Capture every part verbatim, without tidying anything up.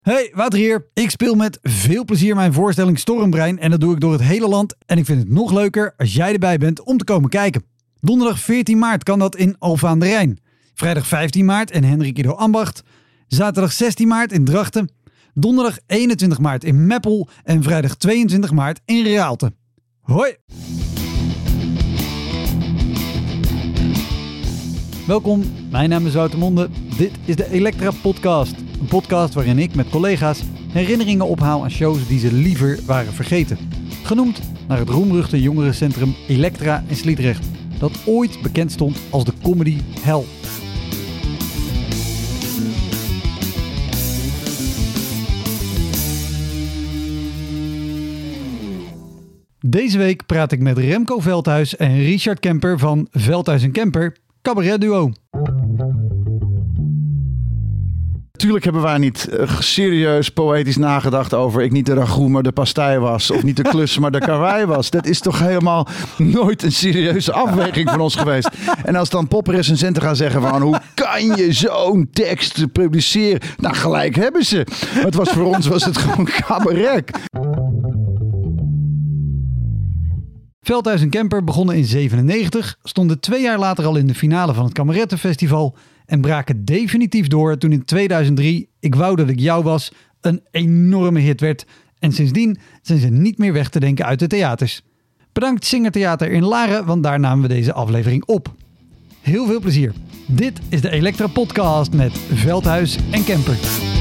Hey, Wouter hier. Ik speel met veel plezier mijn voorstelling Stormbrein en dat doe ik door het hele land. En ik vind het nog leuker als jij erbij bent om te komen kijken. Donderdag veertien maart kan dat in Alphen aan de Rijn. Vrijdag vijftien maart in Hendrik Ido Ambacht. Zaterdag zestien maart in Drachten. Donderdag eenentwintig maart in Meppel. En vrijdag tweeëntwintig maart in Raalte. Hoi! Welkom, mijn naam is Wouter Monde. Dit is de Elektra Podcast. Een podcast waarin ik met collega's herinneringen ophaal aan shows die ze liever waren vergeten. Genoemd naar het roemruchte jongerencentrum Elektra in Sliedrecht, dat ooit bekend stond als de comedy hell. Deze week praat ik met Remco Veldhuis en Richard Kemper van Veldhuis en Kemper, cabaret duo. Tuurlijk hebben wij niet uh, serieus poëtisch nagedacht over ik niet de ragout maar de pastei was. Of niet de klus maar de karwei was. Dat is toch helemaal nooit een serieuze afweging van ons geweest. En als dan poprecensenten gaan zeggen van hoe kan je zo'n tekst publiceren? Nou, gelijk hebben ze. Maar het was, voor ons was het gewoon cabaret. Veldhuis en Kemper begonnen in zevenennegentig, stonden twee jaar later al in de finale van het Kamerettenfestival en braken definitief door toen in tweeduizend drie Ik wou dat ik jou was een enorme hit werd. En sindsdien zijn ze niet meer weg te denken uit de theaters. Bedankt Singertheater in Laren, want daar namen we deze aflevering op. Heel veel plezier. Dit is de Elektra Podcast met Veldhuis en Kemper.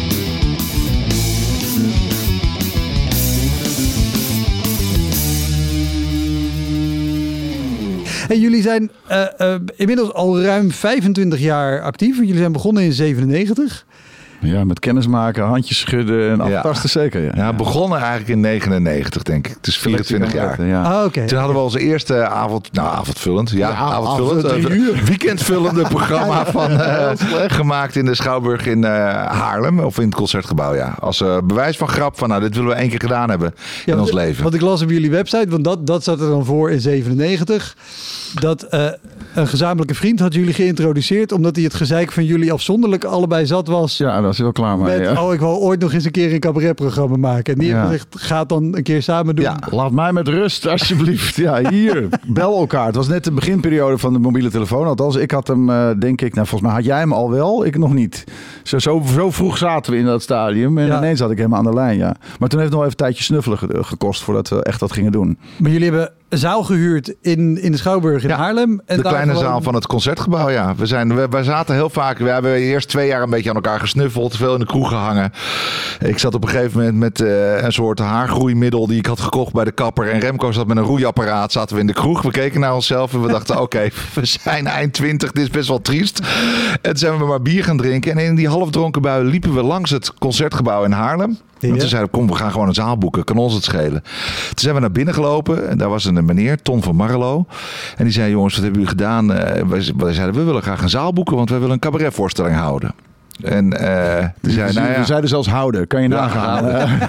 Hey, jullie zijn uh, uh, inmiddels al ruim vijfentwintig jaar actief. Jullie zijn begonnen in zevenennegentig. Ja, met kennismaken, handjes schudden en aftasten ja. zeker. Ja. ja, begonnen eigenlijk in negenennegentig, denk ik. Het is vierentwintig jaar. Ja. Ah, okay. Toen hadden we onze eerste avond, nou avondvullend, ja, ja avondvullend, avond, uh, weekendvullende programma van uh, gemaakt in de Schouwburg in uh, Haarlem of in het Concertgebouw. Ja, als uh, bewijs van grap van, nou, dit willen we één keer gedaan hebben in ja, ons leven. Want ik las op jullie website, want dat, dat zat er dan voor in zevenennegentig. Dat uh, een gezamenlijke vriend had jullie geïntroduceerd omdat hij het gezeik van jullie afzonderlijk allebei zat was. Ja, daar was hij wel klaar mee. Met, ja. oh, ik wil ooit nog eens een keer een cabaretprogramma maken. En die ja. heeft gezegd, ga het dan een keer samen doen. Ja, laat mij met rust, alsjeblieft. Ja, hier, bel elkaar. Het was net de beginperiode van de mobiele telefoon. Althans, ik had hem, uh, denk ik, nou volgens mij had jij hem al wel, ik nog niet. Zo, zo, zo vroeg zaten we in dat stadium en ja. ineens had ik hem aan de lijn, ja. Maar toen heeft het nog even een tijdje snuffelen gekost voordat we echt dat gingen doen. Maar jullie hebben een zaal gehuurd in, in de Schouwburg in ja, Haarlem. En de kleine gewoon... zaal van het Concertgebouw, ja. We, zijn, we, we zaten heel vaak, we hebben eerst twee jaar een beetje aan elkaar gesnuffeld, veel in de kroeg gehangen. Ik zat op een gegeven moment met uh, een soort haargroeimiddel die ik had gekocht bij de kapper. En Remco zat met een roeiapparaat, zaten we in de kroeg. We keken naar onszelf en we dachten, oké, okay, we zijn eind twintig, dit is best wel triest. En toen zijn we maar bier gaan drinken. En in die halfdronken bui liepen we langs het Concertgebouw in Haarlem. Ja. En toen zeiden we, kom, we gaan gewoon een zaal boeken. Kan ons het schelen. Toen zijn we naar binnen gelopen. En daar was een meneer, Ton van Marrelo. En die zei, jongens, wat hebben jullie gedaan? Uh, wij, wij zeiden, we willen graag een zaal boeken, want wij willen een cabaretvoorstelling houden. En uh, die zei, nou ja, we zeiden zelfs houden, kan je ja, nagaan.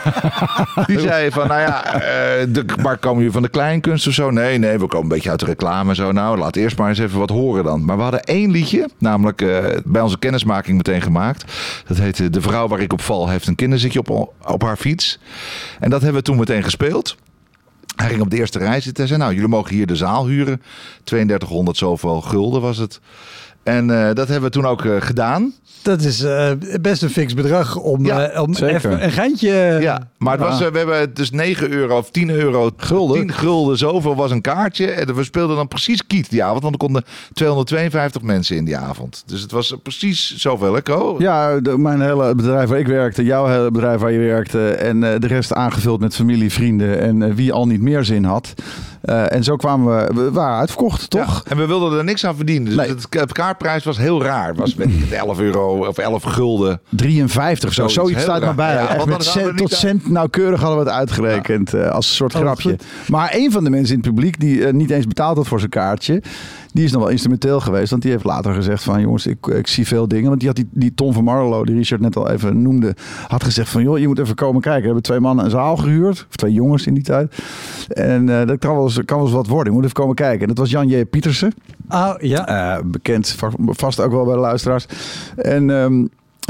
Ja. Die zei van, nou ja, uh, de, maar komen jullie van de kleinkunst of zo? Nee, nee, we komen een beetje uit de reclame zo. Nou, laat eerst maar eens even wat horen dan. Maar we hadden één liedje, namelijk uh, bij onze kennismaking meteen gemaakt. Dat heette De vrouw waar ik op val heeft een kinderzitje op, op haar fiets. En dat hebben we toen meteen gespeeld. Hij ging op de eerste rij zitten en zei, nou, jullie mogen hier de zaal huren. tweeëndertighonderd zoveel gulden was het. En uh, dat hebben we toen ook uh, gedaan. Dat is uh, best een fix bedrag om, ja, uh, om even een geintje... Ja, maar het was, uh, we hebben dus negen euro of tien euro... Gulden? tien gulden, zoveel was een kaartje. En we speelden dan precies kiet die avond. Want er konden tweehonderdtweeënvijftig mensen in die avond. Dus het was precies zoveel, hè, Ko? Ja, de, mijn hele bedrijf waar ik werkte, jouw hele bedrijf waar je werkte... en uh, de rest aangevuld met familie, vrienden en uh, wie al niet meer zin had... Uh, en zo kwamen we, we waren uitverkocht, toch? Ja, en we wilden er niks aan verdienen. Dus nee. het, het kaartprijs was heel raar. Het was met elf euro of elf gulden. drieënvijftig zo. Zoiets staat maar bij. Ja, echt met cent, tot cent nauwkeurig hadden we het uitgerekend. Ja. Uh, als een soort oh, grapje. Goed. Maar een van de mensen in het publiek die uh, niet eens betaald had voor zijn kaartje... die is nog wel instrumenteel geweest. Want die heeft later gezegd van... jongens, ik, ik zie veel dingen. Want die had die, die Ton van Marrelo, die Richard net al even noemde... had gezegd van, joh, je moet even komen kijken. We hebben twee mannen een zaal gehuurd. Of twee jongens in die tijd. En uh, dat kan wel, eens, kan wel eens wat worden. Je moet even komen kijken. En dat was Jan J. Pietersen. Oh, ja. Uh, bekend, vast ook wel bij de luisteraars. En... Um,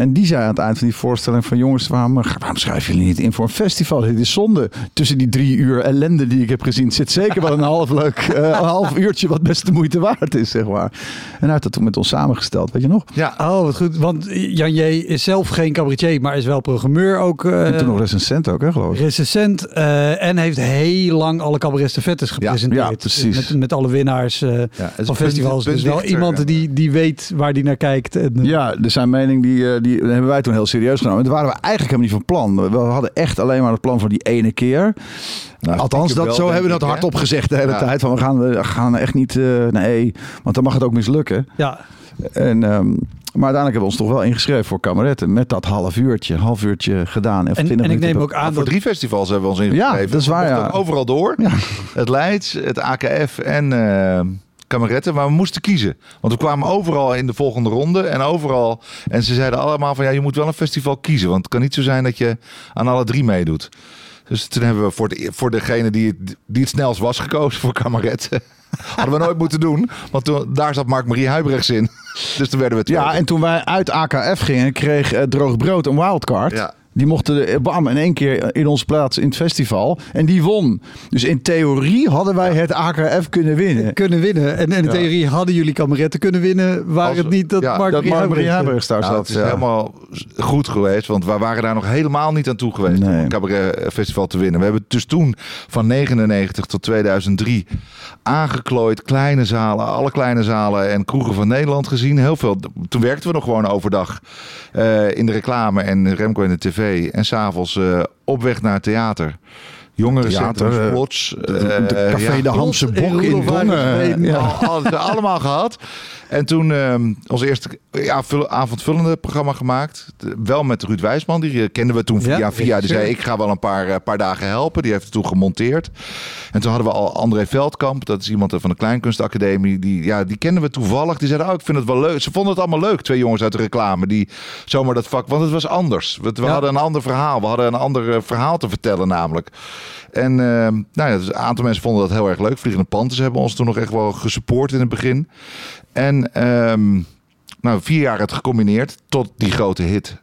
En die zei aan het eind van die voorstelling van jongens, waarom, waarom schrijven jullie niet in voor een festival? Dit is zonde. Tussen die drie uur ellende die ik heb gezien zit zeker wel een half leuk, uh, een half uurtje wat best de moeite waard is, zeg maar. En hij heeft dat toen met ons samengesteld, weet je nog? Ja, oh wat goed. Want Jan J. is zelf geen cabaretier, maar is wel programmeur ook. Uh, en toen nog recensent ook, hè, geloof ik. Recensent uh, en heeft heel lang alle cabaret-stafettes gepresenteerd. Ja, ja, precies. Met, met alle winnaars uh, ja, van festivals. Dus wel dichter, iemand die, die weet waar die naar kijkt. En, uh, ja, dus zijn mening die, die hebben wij toen heel serieus genomen. En daar waren we eigenlijk helemaal niet van plan. We hadden echt alleen maar het plan voor die ene keer. Nou, Althans, dat, wel, zo hebben we dat hardop gezegd de hele ja. tijd. Van we gaan, we gaan echt niet... Uh, nee, want dan mag het ook mislukken. Ja. En... Um, Maar uiteindelijk hebben we ons toch wel ingeschreven voor kameretten. Met dat half uurtje, half uurtje gedaan. En, en, en ik neem ook aan dat... Voor drie festivals hebben we ons ingeschreven. Ja, dat is waar, ja. Overal door. Ja. Het Leids, het A K F en uh, kameretten. Maar we moesten kiezen. Want we kwamen overal in de volgende ronde. En overal... En ze zeiden allemaal van ja, je moet wel een festival kiezen. Want het kan niet zo zijn dat je aan alle drie meedoet. Dus toen hebben we voor, de, voor degene die het, die het snelst was gekozen voor kameretten. Hadden we nooit moeten doen. Want toen, daar zat Mark-Marie Huibrechts in. Dus toen werden we tweede. Ja, en toen wij uit A K F gingen, kreeg uh, Droog Brood een wildcard. Ja. Die mochten de, bam, in één keer in onze plaats in het festival. En die won. Dus in theorie hadden wij het A K F kunnen winnen. Kunnen winnen. En in de ja. theorie hadden jullie kameretten kunnen winnen. Waar Als, het niet dat ja, Mark-Marie Huibrechts daar nou, zat. Het is ja. helemaal goed geweest. Want we waren daar nog helemaal niet aan toe geweest. Nee. Om een cabaretfestival te winnen. We hebben dus toen van negenennegentig tot tweeduizend drie aangeklooid. Kleine zalen. Alle kleine zalen en kroegen van Nederland gezien. Heel veel. Toen werkten we nog gewoon overdag. Uh, in de reclame en Remco in de tv. En s'avonds uh, op weg naar het theater. Jongerencentrum, Plots. De, de, de Café ja, de Hamse Bok in Dongen. Ja. Al, al, allemaal gehad. En toen um, ons eerste ja, vul, avondvullende programma gemaakt. Wel met Ruud Wijsman. Die kenden we toen via ja, via. Die zei ik ga wel een paar, uh, paar dagen helpen. Die heeft het toen gemonteerd. En toen hadden we al André Veldkamp. Dat is iemand van de Kleinkunstacademie. Die, ja, die kenden we toevallig. Die zeiden oh, ik vind het wel leuk. Ze vonden het allemaal leuk. Twee jongens uit de reclame. Die zomaar dat vak. Want het was anders. We, we ja. hadden een ander verhaal. We hadden een ander uh, verhaal te vertellen namelijk. En uh, nou ja, dus een aantal mensen vonden dat heel erg leuk. Vliegende Panthers hebben ons toen nog echt wel gesupport in het begin. En um, nou, vier jaar het gecombineerd tot die grote hit.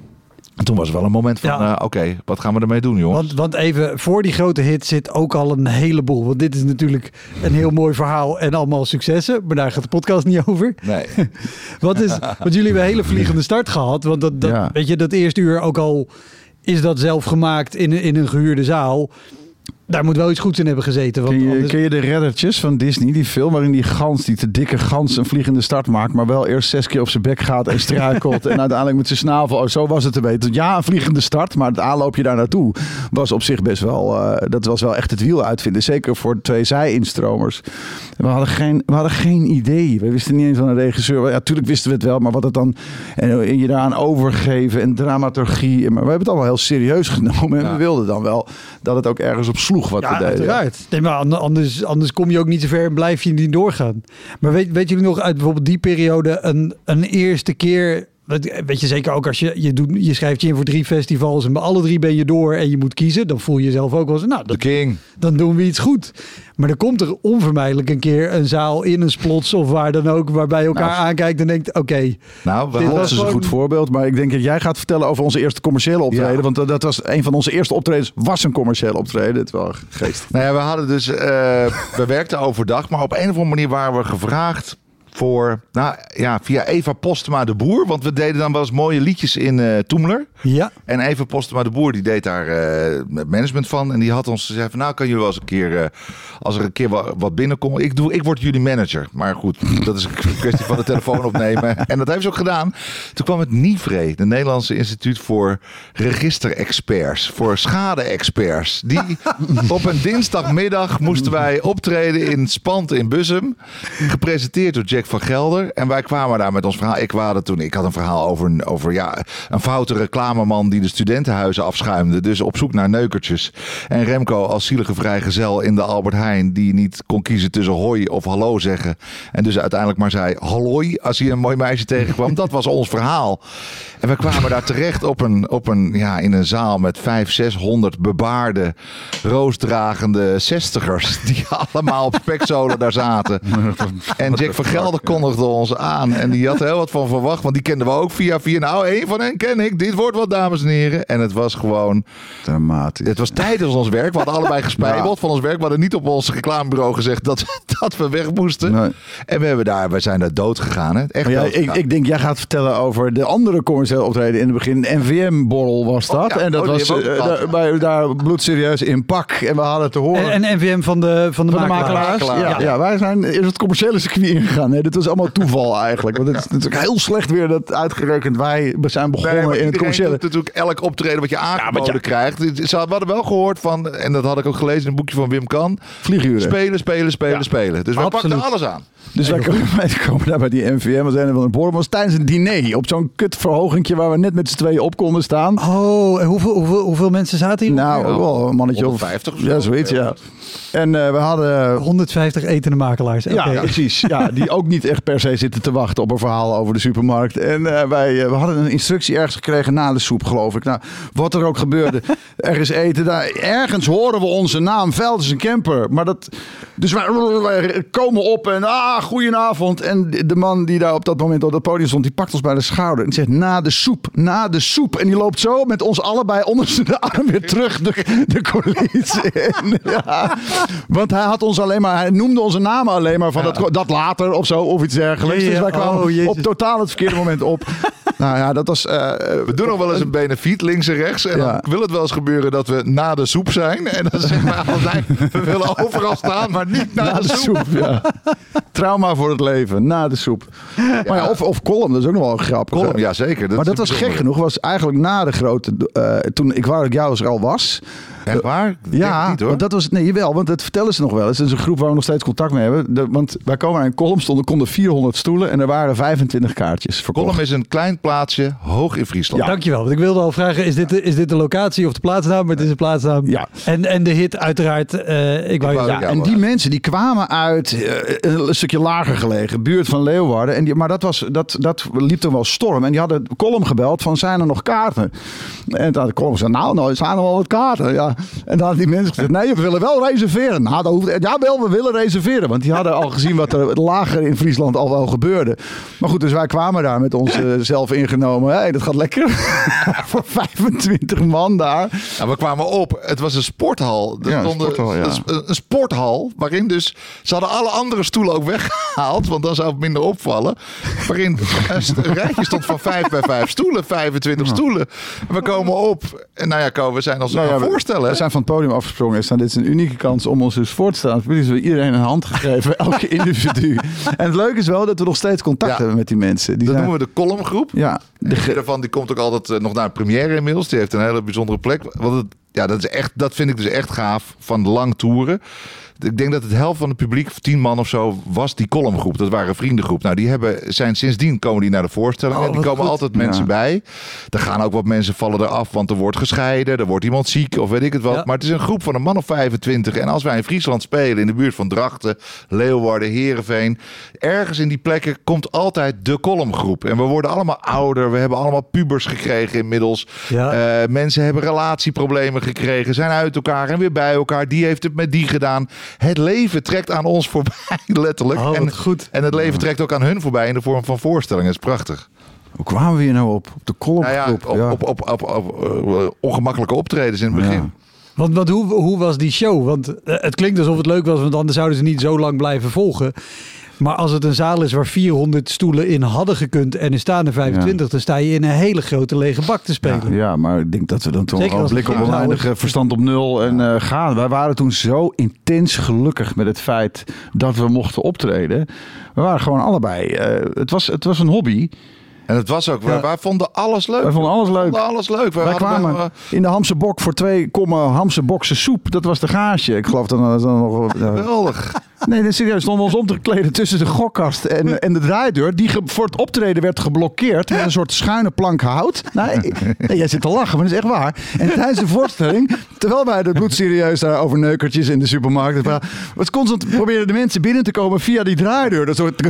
En toen was er wel een moment van, ja. uh, oké, okay, wat gaan we ermee doen, jongens? Want, want even, voor die grote hit zit ook al een heleboel. Want dit is natuurlijk een heel mooi verhaal en allemaal successen. Maar daar gaat de podcast niet over. Nee. wat is, want jullie hebben een hele vliegende start gehad. Want dat, dat, ja. weet je, dat eerste uur ook al is dat zelf gemaakt in, in een gehuurde zaal. Daar moet wel iets goeds in hebben gezeten. Want ken, je, anders... ken je de Reddertjes van Disney? Die film waarin die gans, die te dikke gans een vliegende start maakt. Maar wel eerst zes keer op zijn bek gaat en struikelt. en uiteindelijk met zijn snavel. Oh, zo was het een beetje. Ja, een vliegende start. Maar het aanloopje daar naartoe was op zich best wel... Uh, dat was wel echt het wiel uitvinden. Zeker voor twee zij-instromers. We hadden, geen, we hadden geen idee. We wisten niet eens van een regisseur. Ja, natuurlijk wisten we het wel. Maar wat het dan... En je daaraan overgeven en dramaturgie. Maar we hebben het allemaal heel serieus genomen. En ja. we wilden dan wel dat het ook ergens op sloeg. Wat ja, we uiteraard. Nee, maar anders, anders kom je ook niet zo ver en blijf je niet doorgaan. Maar weet, weet jullie nog uit bijvoorbeeld die periode een, een eerste keer... Weet je zeker ook als je, je, doet, je schrijft je in voor drie festivals en bij alle drie ben je door en je moet kiezen. Dan voel je jezelf ook wel eens, nou, dat, king. dan doen we iets goed. Maar dan komt er onvermijdelijk een keer een zaal in een Splots of waar dan ook, waarbij je elkaar nou, aankijkt en denkt, oké. Okay, nou, dit was is gewoon... een goed voorbeeld, maar ik denk dat jij gaat vertellen over onze eerste commerciële optreden. Ja. Want uh, dat was een van onze eerste optredens, was een commerciële optreden. Het was geestig. Nou ja, we hadden dus, uh, we werkten overdag, maar op een of andere manier waren we gevraagd voor, nou ja, via Eva Postema de Boer. Want we deden dan wel eens mooie liedjes in uh, Toemler. Ja. En Eva Postema de Boer, die deed daar uh, management van. En die had ons gezegd van, nou kan jullie wel eens een keer, uh, als er een keer wat, wat binnenkomt. Ik doe, ik word jullie manager. Maar goed, dat is een kwestie van de telefoon opnemen. En dat heeft ze ook gedaan. Toen kwam het NIVRE, de Nederlandse Instituut voor Registerexperts. Voor schade-experts. Die op een dinsdagmiddag moesten wij optreden in Spant in Bussum. Gepresenteerd door Jack van Gelder. En wij kwamen daar met ons verhaal. Ik, waren toen, ik had een verhaal over, over ja, een foute reclameman die de studentenhuizen afschuimde. Dus op zoek naar neukertjes. En Remco als zielige vrijgezel in de Albert Heijn. Die niet kon kiezen tussen hoi of hallo zeggen. En dus uiteindelijk maar zei halloi als hij een mooi meisje tegenkwam. Dat was ons verhaal. En we kwamen daar terecht op een, op een, ja, in een zaal met vijf, zeshonderd bebaarde, roosdragende zestigers. Die allemaal op spekzolen daar zaten. En Jack van Gelder Ronald kondigde ons aan. En die had er heel wat van verwacht. Want die kenden we ook via via. Nou, één van hen ken ik. Dit wordt wat, dames en heren. En het was gewoon... dramatisch. Het was tijdens ons werk. We hadden allebei gespijbeld ja. van ons werk. We hadden niet op ons reclamebureau gezegd dat, dat we weg moesten. Nee. En we, hebben daar, we zijn daar dood gegaan. Hè? Echt ja, dood gegaan. Ik, ik denk, jij gaat vertellen over de andere commerciële optreden in het begin. N V M-borrel was dat. Oh, ja. En dat oh, was uh, daar, bij, daar bloedserieus in pak. En we hadden te horen... En, en N V M van de, van de, van de makelaars. makelaars. Ja, ja. ja, wij zijn eerst het commerciële circuit ingegaan. Nee, dit was allemaal toeval eigenlijk. Want het is natuurlijk heel slecht weer dat uitgerekend wij zijn begonnen nee, in het commerciële. Doet natuurlijk elk optreden wat je aangeboden ja, ja. krijgt. Ze hadden wel gehoord van, en dat had ik ook gelezen in een boekje van Wim Kan. Vlieguren. Spelen, spelen, spelen, ja. spelen. Dus wij pakten alles aan. Dus wij komen, wij komen daar bij die N V M. We zijn van een borrel. Was tijdens een diner op zo'n kut verhogingje waar we net met z'n tweeën op konden staan. Oh, en hoeveel, hoeveel, hoeveel mensen zaten hier? Nou, ja, wel een mannetje of vijftig of zo. Ja, zoiets, ja. En uh, we hadden... honderdvijftig etende makelaars. Ja, okay. ja, precies. Ja, die ook niet echt per se zitten te wachten op een verhaal over de supermarkt. En uh, wij uh, we hadden een instructie ergens gekregen na de soep, geloof ik. Nou, wat er ook gebeurde. Er is eten. Daar, ergens horen we onze naam. Velters en Kemper. Maar dat... Dus wij, wij komen op en... Ah, goedenavond. En de man die daar op dat moment op dat podium stond... die pakt ons bij de schouder. En die zegt, na de soep. Na de soep. En die loopt zo met ons allebei onder de arm weer terug de, de coulissen in. Ja. Want hij had ons alleen maar... Hij noemde onze namen alleen maar van ja. dat, dat later of zo. Of iets dergelijks. Ja, ja. Dus wij kwamen oh, op totaal het verkeerde moment op. Nou ja, dat was... Uh, we doen nog wel eens een benefiet links en rechts. En ja. dan wil het wel eens gebeuren dat we na de soep zijn. En dan zeggen we altijd, we willen overal staan, maar niet na, na de, de soep. soep ja. Trauma voor het leven, na de soep. Ja. Maar ja, of, of column, dat is ook nog wel een grap. Column, ja zeker. Dat maar dat was gek genoeg. Was eigenlijk na de grote... Uh, toen ik waar ik jou er al was... Echt waar? Ja, niet, hoor. Want dat was... Nee, jawel, want dat vertellen ze nog wel eens. Het is een groep waar we nog steeds contact mee hebben. De, want wij komen naar een column, stonden konden vierhonderd stoelen en er waren vijfentwintig kaartjes verkocht. Column is een klein plaatsje hoog in Friesland. Ja. Dankjewel, want ik wilde al vragen, is dit de, is dit de locatie of de plaatsnaam? Maar het is een plaatsnaam. Ja. En, en de hit uiteraard. Uh, ik wou, ik wou ja, en die mensen die kwamen uit uh, een stukje lager gelegen, buurt van Leeuwarden. En die, maar dat, was, dat, dat liep toen wel storm. En die hadden de column gebeld van, zijn er nog kaarten? En toen had de column gezegd, nou, nou, zijn er wel wat kaarten. Ja. En dan hadden die mensen gezegd, nee, we willen wel reserveren. Nou, dat hoeft, ja, wel, we willen reserveren. Want die hadden al gezien wat er lager in Friesland al wel gebeurde. Maar goed, dus wij kwamen daar met ons uh, zelf ingenomen. Hé, hey, dat gaat lekker. Voor vijfentwintig man daar. Nou, we kwamen op. Het was een sporthal. Er ja, een sporthal, ja. Een, een sporthal, waarin dus... Ze hadden alle andere stoelen ook weggehaald, want dan zou het minder opvallen. Waarin een rijtje stond van vijf bij vijf stoelen, vijfentwintig ja. stoelen. En we komen op. En nou ja, Ko, we zijn ons nou ja, voorstellen. We zijn van het podium afgesprongen. En dit is een unieke kans om ons dus voor te staan. Dus we iedereen een hand gegeven, elke individu. En het leuke is wel dat we nog steeds contact ja. hebben met die mensen. Die dat zijn... noemen we de columngroep. Ja. De ge... daarvan die komt ook altijd nog naar een première inmiddels. Die heeft een hele bijzondere plek. Want het, ja, dat, is echt, dat vind ik dus echt gaaf van lang toeren. Ik denk dat het helft van het publiek, tien man of zo, was die columngroep. Dat waren een vriendengroep. Nou, die hebben, zijn sindsdien komen die naar de voorstellingen. Oh, die komen goed. altijd mensen ja. bij. Er gaan ook wat mensen vallen eraf, want er wordt gescheiden. Er wordt iemand ziek of weet ik het wat. Ja. Maar het is een groep van een man of vijfentwintig. En als wij in Friesland spelen, in de buurt van Drachten, Leeuwarden, Heerenveen. Ergens in die plekken komt altijd de columngroep. En we worden allemaal ouder. We hebben allemaal pubers gekregen inmiddels. Ja. Uh, mensen hebben relatieproblemen gekregen. Zijn uit elkaar en weer bij elkaar. Die heeft het met die gedaan. Het leven trekt aan ons voorbij, letterlijk. Oh, en, goed. en het leven trekt ook aan hun voorbij in de vorm van voorstellingen. Dat is prachtig. Hoe kwamen we hier nou op? Op de columngroep? Nou ja, op, ja. op, op, op, op, op uh, ongemakkelijke optredens in het begin. Ja. Want, want hoe, hoe was die show? Want uh, het klinkt alsof het leuk was, want anders zouden ze niet zo lang blijven volgen. Maar als het een zaal is waar vierhonderd stoelen in hadden gekund en er staan er vijfentwintig, ja. dan sta je in een hele grote lege bak te spelen. Ja, ja maar ik denk dat we dan toch wel blik op oneindig verstand op nul en uh, gaan. Wij waren toen zo intens gelukkig met het feit dat we mochten optreden. We waren gewoon allebei. Uh, het, was, het was een hobby. En het was ook, ja. wij, wij vonden alles leuk. Wij vonden alles leuk. Vonden alles leuk. Wij, wij kwamen wel, uh... in de Hamse Bok voor twee komma Hamse Bokse soep. Dat was de gage. Ik geloof dan, dan nog... Uh... Geweldig. Nee, nee, serieus. Stonden we ons om te kleden tussen de gokkast en, en de draaideur. Die ge, voor het optreden werd geblokkeerd met een soort schuine plank hout. Nee, nee, jij zit te lachen, maar dat is echt waar. En tijdens de voorstelling Terwijl wij de bloedserieus daar over neukertjes in de supermarkt. Wat constant probeerden de mensen binnen te komen via die draaideur. Dat soort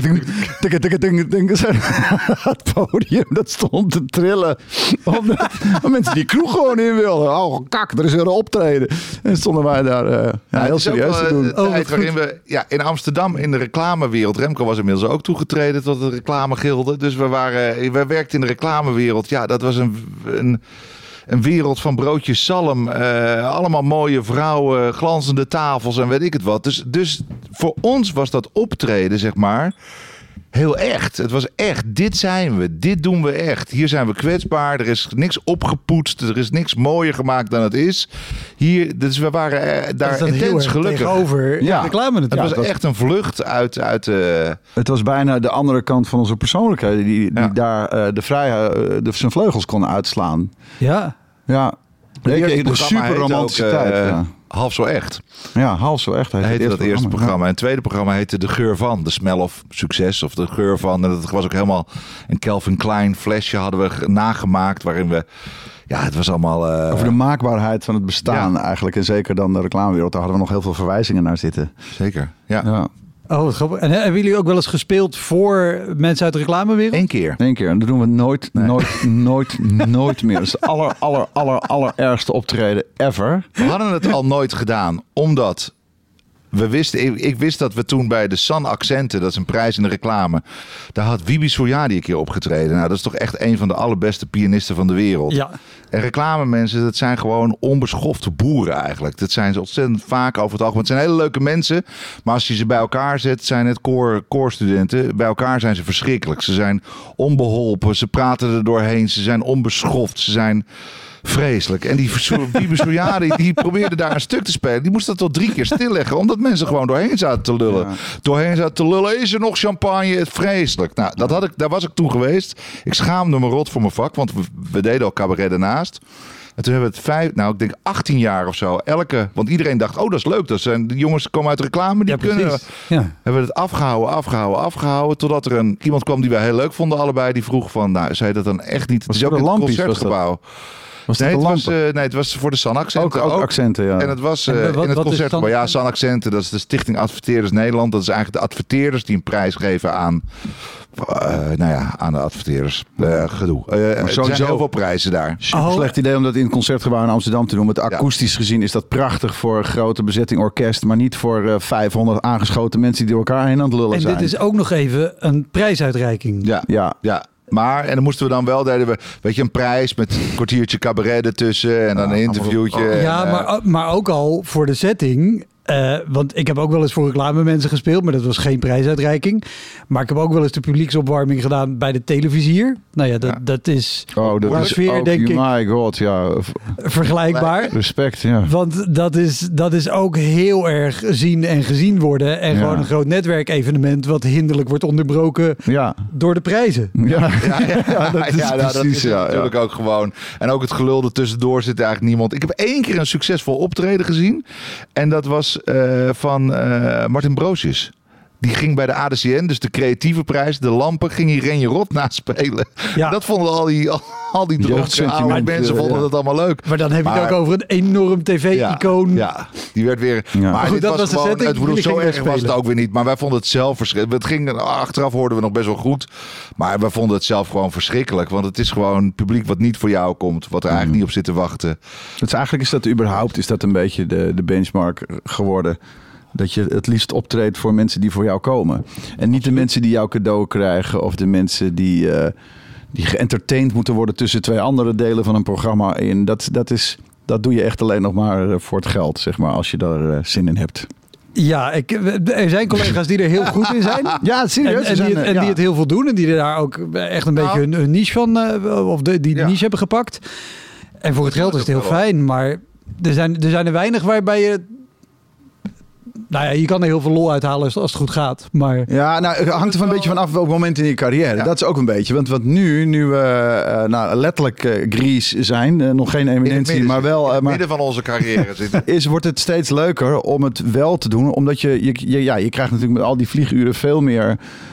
het podium dat stond te trillen. Omdat mensen die kroeg gewoon in wilden. Oh, kak, er is weer een optreden. En stonden wij daar uh, ja, heel serieus te doen. De oh, tijd waarin we ja, in Amsterdam in de reclamewereld. Remco was inmiddels ook toegetreden tot de reclamegilde. Dus we waren, we werkten in de reclamewereld. Ja, dat was een, een, een wereld van broodjes zalm. Uh, allemaal mooie vrouwen, glanzende tafels en weet ik het wat. Dus, dus voor ons was dat optreden, zeg maar, heel echt. Het was echt, dit zijn we, dit doen we echt. Hier zijn we kwetsbaar, er is niks opgepoetst, er is niks mooier gemaakt dan het is. Hier, dus we waren uh, daar intens gelukkig. Tegenover ja. reclame natuurlijk. Het was echt een vlucht uit... uit uh... Het was bijna de andere kant van onze persoonlijkheid, die, die ja. daar uh, de vrije, uh, de, zijn vleugels kon uitslaan. Ja. Ja. De, de super romantische ook, tijd. Uh, ja. Half zo echt. Ja, half zo echt. Heette, heette dat eerste programma. programma. En het tweede programma heette De Geur Van. De Smell of Succes. Of De Geur Van. En dat was ook helemaal een Calvin Klein flesje hadden we nagemaakt. Waarin we... Ja, het was allemaal... Uh... Over de maakbaarheid van het bestaan ja. eigenlijk. En zeker dan de reclamewereld. Daar hadden we nog heel veel verwijzingen naar zitten. Zeker, ja. ja. Oh, wat grappig. En hebben jullie ook wel eens gespeeld voor mensen uit de reclamewereld? Eén keer. Eén keer. En dat doen we nooit, nee. nooit, nooit, nooit meer. Dat is het aller, aller, aller, aller ergste optreden ever. We hadden het al nooit gedaan, omdat... We wisten, ik, ik wist dat we toen bij de San Accenten, dat is een prijs in de reclame, daar had Wiebe Soljadi een keer opgetreden. Nou, dat is toch echt een van de allerbeste pianisten van de wereld. Ja. En reclamemensen, dat zijn gewoon onbeschofte boeren eigenlijk. Dat zijn ze ontzettend vaak over het algemeen. Het zijn hele leuke mensen, maar als je ze bij elkaar zet, zijn het koor, koorstudenten. Bij elkaar zijn ze verschrikkelijk. Ze zijn onbeholpen, ze praten er doorheen, ze zijn onbeschoft, ze zijn... vreselijk. En die Wiebe Soljadi, die probeerde daar een stuk te spelen. Die moest dat tot drie keer stilleggen. Omdat mensen gewoon doorheen zaten te lullen. Ja. Doorheen zaten te lullen. Is er nog champagne? Het vreselijk. Nou, dat had ik, daar was ik toen geweest. Ik schaamde me rot voor mijn vak. Want we, we deden al cabaret daarnaast. En toen hebben we het vijf, nou ik denk achttien jaar of zo. Elke, want iedereen dacht, oh dat is leuk. Dat zijn, die jongens komen uit reclame, die ja, kunnen. Ja. Hebben we het afgehouden, afgehouden, afgehouden. Totdat er een, iemand kwam die wij heel leuk vonden allebei. Die vroeg van, nou zei dat dan echt niet. Het is ook een concertgebouw. Was nee, het was, uh, nee, het was voor de San Accenten. Ook, ook accenten, ja. En het was uh, en wat, in het concert. Ja, San Accenten, dat is de Stichting Adverteerders Nederland. Dat is eigenlijk de adverteerders die een prijs geven aan, uh, nou ja, aan de adverteerders. Uh, gedoe. Uh, er zijn heel veel prijzen daar. Super oh. slecht idee om dat in het concertgebouw in Amsterdam te doen. Want akoestisch ja. gezien is dat prachtig voor grote bezetting orkest, maar niet voor uh, vijfhonderd aangeschoten mensen die door elkaar heen aan het lullen en zijn. En dit is ook nog even een prijsuitreiking. Ja, ja. ja. Maar, en dan moesten we dan wel, deden we, weet je, een prijs met een kwartiertje cabaret ertussen en dan ja, een interviewtje. Oh. Ja, en, maar, maar ook al voor de setting. Uh, want ik heb ook wel eens voor reclame mensen gespeeld, maar dat was geen prijsuitreiking. Maar ik heb ook wel eens de publieksopwarming gedaan bij de televisier. Nou ja, dat, ja. dat is oh, dat ongeveer, is ook, denk ik, my god, ja. vergelijkbaar. Respect, ja. Want dat is, dat is ook heel erg zien en gezien worden. En ja. gewoon een groot netwerkevenement wat hinderlijk wordt onderbroken ja. door de prijzen. Ja, ja, ja, ja dat is, ja, nou, dat is ja, natuurlijk ja. ook gewoon. En ook het gelul ertussendoor zit eigenlijk niemand. Ik heb één keer een succesvol optreden gezien. En dat was Uh, van uh, Martin Broosjes. Die ging bij de A D C N, dus de creatieve prijs, de lampen, ging Irene Rot naspelen. Ja. Dat vonden al die, al, al die dronken oude mensen vonden ja. dat allemaal leuk. Maar dan heb je maar, het ook over een enorm tv-icoon. Ja, ja, die werd weer... Ja. Maar, maar goed, dit dat was, was gewoon, de setting. Het, zo erg was het ook weer niet. Maar wij vonden het zelf verschrikkelijk. Het ging, achteraf hoorden we nog best wel goed. Maar wij vonden het zelf gewoon verschrikkelijk. Want het is gewoon publiek wat niet voor jou komt. Wat er eigenlijk mm. niet op zit te wachten. Dus eigenlijk is dat überhaupt is dat een beetje de, de benchmark geworden. Dat je het liefst optreedt voor mensen die voor jou komen. En niet de mensen die jouw cadeau krijgen. Of de mensen die, uh, die geëntertained moeten worden tussen twee andere delen van een programma in. Dat, dat, is, dat doe je echt alleen nog maar voor het geld, zeg maar, als je daar uh, zin in hebt. Ja, ik, er zijn collega's die er heel goed in zijn. Ja, serieus. En, en, die, het, en ja. die het heel veel doen. En die er daar ook echt een beetje hun, hun niche van, uh, of de, die de ja. niche hebben gepakt. En voor het geld is het heel fijn. Maar er zijn, er zijn er weinig waarbij je... Nou ja, je kan er heel veel lol uithalen als het goed gaat. Maar... Ja, nou, het hangt er van een beetje vanaf welk moment in je carrière. Ja. Dat is ook een beetje. Want wat nu, nu we uh, nou, letterlijk uh, Gries zijn, uh, nog geen eminentie, midden, maar wel... Uh, in het maar, midden van onze carrière zitten. Is, wordt het steeds leuker om het wel te doen. Omdat je, je, je, ja, je krijgt natuurlijk met al die vlieguren veel meer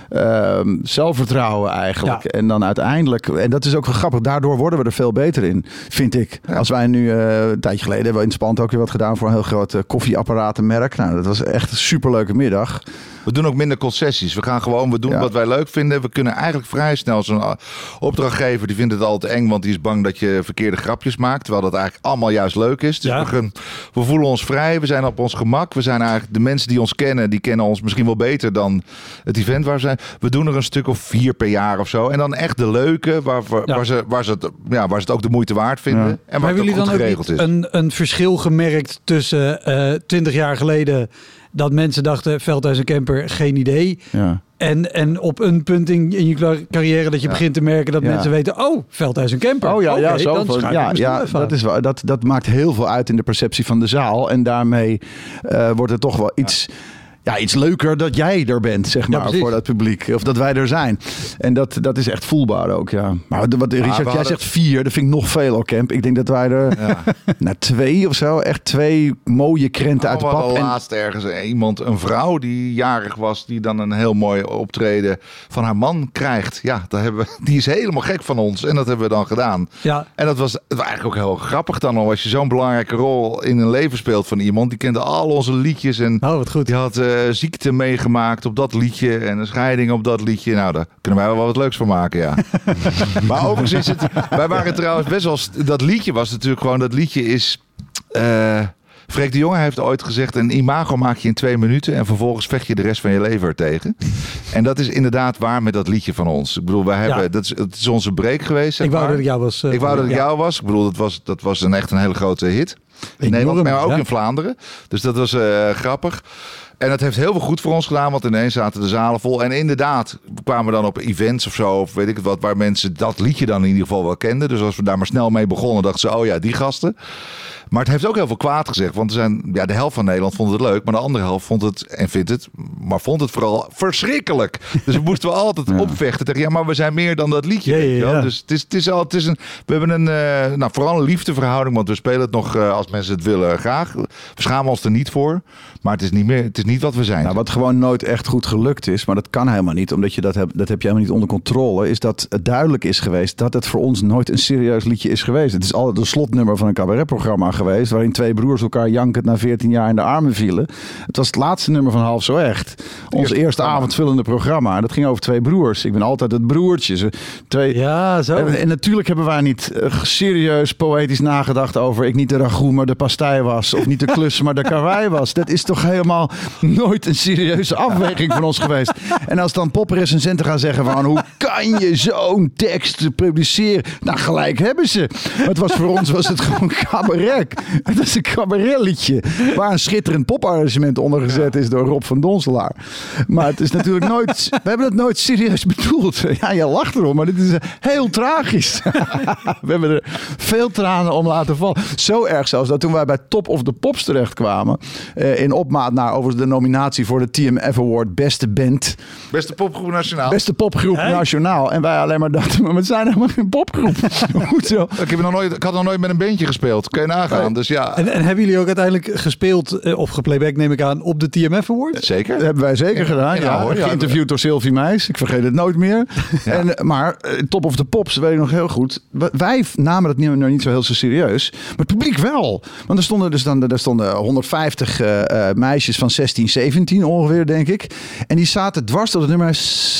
uh, zelfvertrouwen eigenlijk. Ja. En dan uiteindelijk, en dat is ook wel grappig, daardoor worden we er veel beter in, vind ik. Ja. Als wij nu, uh, een tijdje geleden hebben we in Spand ook weer wat gedaan voor een heel groot uh, koffieapparatenmerk. Nou, dat was echt een superleuke middag. We doen ook minder concessies. We gaan gewoon, we doen ja. wat wij leuk vinden. We kunnen eigenlijk vrij snel zo'n opdrachtgever, die vindt het altijd eng, want die is bang dat je verkeerde grapjes maakt. Terwijl dat eigenlijk allemaal juist leuk is. Dus ja. we, gaan, we voelen ons vrij, we zijn op ons gemak. We zijn eigenlijk, de mensen die ons kennen, die kennen ons misschien wel beter dan het event waar we zijn. We doen er een stuk of vier per jaar of zo. En dan echt de leuke, waar, waar, ja. waar, ze, waar, ze, het, ja, waar ze het ook de moeite waard vinden. Ja. En waar het ook goed geregeld is. Een, een verschil gemerkt tussen twintig uh, jaar geleden, dat mensen dachten, Veldhuis en Kemper, geen idee. Ja. En, en op een punt in, in je carrière dat je ja. begint te merken dat ja. mensen weten, oh, Veldhuis en Kemper. Oh ja, okay, ja, zo dan van, ja, ja dat, is wel, dat, dat maakt heel veel uit in de perceptie van de zaal. En daarmee uh, wordt het toch wel iets... Ja. Ja, iets leuker dat jij er bent, zeg maar, ja, voor dat publiek. Of dat wij er zijn. En dat, dat is echt voelbaar ook, ja. Maar wat Richard, ja, jij hadden... zegt vier, dat vind ik nog veel, Camp. Ik denk dat wij er ja. nou, twee of zo, echt twee mooie krenten oh, uit de pap. We hadden laatst ergens iemand, een vrouw die jarig was, die dan een heel mooi optreden van haar man krijgt. Ja, dat hebben we, die is helemaal gek van ons. En dat hebben we dan gedaan. Ja. En dat was, dat was eigenlijk ook heel grappig dan al. Als je zo'n belangrijke rol in een leven speelt van iemand. Die kende al onze liedjes. En oh, wat goed. Die had... Uh, ziekte meegemaakt op dat liedje en een scheiding op dat liedje. Nou, daar kunnen wij wel wat leuks van maken, ja. Maar overigens is het... Wij waren trouwens best wel... Dat liedje was natuurlijk gewoon... Dat liedje is... Uh, Freek de Jonge heeft ooit gezegd... Een imago maak je in twee minuten... en vervolgens vecht je de rest van je leven er tegen. En dat is inderdaad waar met dat liedje van ons. Ik bedoel, wij hebben... Ja. Dat is, het is onze break geweest, zeg Ik wou maar. dat ik jou was. Uh, ik wou dat ik ja. jou was. Ik bedoel, dat was, dat was een, echt een hele grote hit. In Nederland, maar ook ja. in Vlaanderen. Dus dat was uh, grappig. En dat heeft heel veel goed voor ons gedaan, want ineens zaten de zalen vol. En inderdaad, we kwamen dan op events of zo, of weet ik het wat, waar mensen dat liedje dan in ieder geval wel kenden. Dus als we daar maar snel mee begonnen, dachten ze, oh ja, die gasten. Maar het heeft ook heel veel kwaad gezegd. Want er zijn, ja, de helft van Nederland vond het leuk. Maar de andere helft vond het, en vindt het, maar vond het vooral verschrikkelijk. Dus we moesten wel altijd ja. opvechten tegen, ja, maar we zijn meer dan dat liedje. Ja, ja, ja. Dus het is, het is al, het is een, we hebben een, uh, nou, vooral een liefdeverhouding. Want we spelen het nog, uh, als mensen het willen, graag. We schamen ons er niet voor. Maar het is niet meer, het is niet wat we zijn. Nou, wat gewoon nooit echt goed gelukt is, maar dat kan helemaal niet, omdat je dat hebt, dat heb je helemaal niet onder controle, is dat het duidelijk is geweest dat het voor ons nooit een serieus liedje is geweest. Het is altijd een slotnummer van een cabaretprogramma geweest, waarin twee broers elkaar jankend na veertien jaar in de armen vielen. Het was het laatste nummer van Half Zo Echt. Ons eerste, eerste avondvullende programma. Dat ging over twee broers. Ik ben altijd het broertje. Twee... Ja, zo. En, en natuurlijk hebben wij niet uh, serieus poëtisch nagedacht over ik niet de ragout, maar de pastei was. Of niet de klus, maar de karwei was. Dat is toch helemaal nooit een serieuze afweging van ons geweest. En als dan poprecensenten gaan zeggen van hoe kan je zo'n tekst publiceren? Nou, gelijk hebben ze. Maar het was voor ons was het gewoon cabaret. Het is een cabaretliedje waar een schitterend poparrangement onder gezet is door Rob van Donselaar. Maar het is natuurlijk nooit... We hebben het nooit serieus bedoeld. Ja, je lacht erom, maar dit is heel tragisch. We hebben er veel tranen om laten vallen. Zo erg zelfs dat toen wij bij Top of the Pops terechtkwamen, eh, in opmaat naar overigens de nominatie voor de T M F Award Beste Band. Beste popgroep nationaal. Beste popgroep hey. nationaal. En wij alleen maar dachten, maar we zijn helemaal geen popgroep. Hoezo? Ik, heb nog nooit, ik had nog nooit met een bandje gespeeld. Kun je nagaan. Nee. Dus ja. En, en hebben jullie ook uiteindelijk gespeeld, of geplayback neem ik aan, op de T M F Award? Zeker. Dat hebben wij zeker gedaan. Ja, ja, hoor, geïnterviewd ja. door Sylvie Meijs. Ik vergeet het nooit meer. Ja. En, maar Top of the Pops, weet ik nog heel goed. Wij namen het nou niet zo heel zo serieus. Maar het publiek wel. Want er stonden dus dan er stonden honderdvijftig uh, uh, meisjes van zestien, zeventien ongeveer, denk ik. En die zaten dwars tot het nummer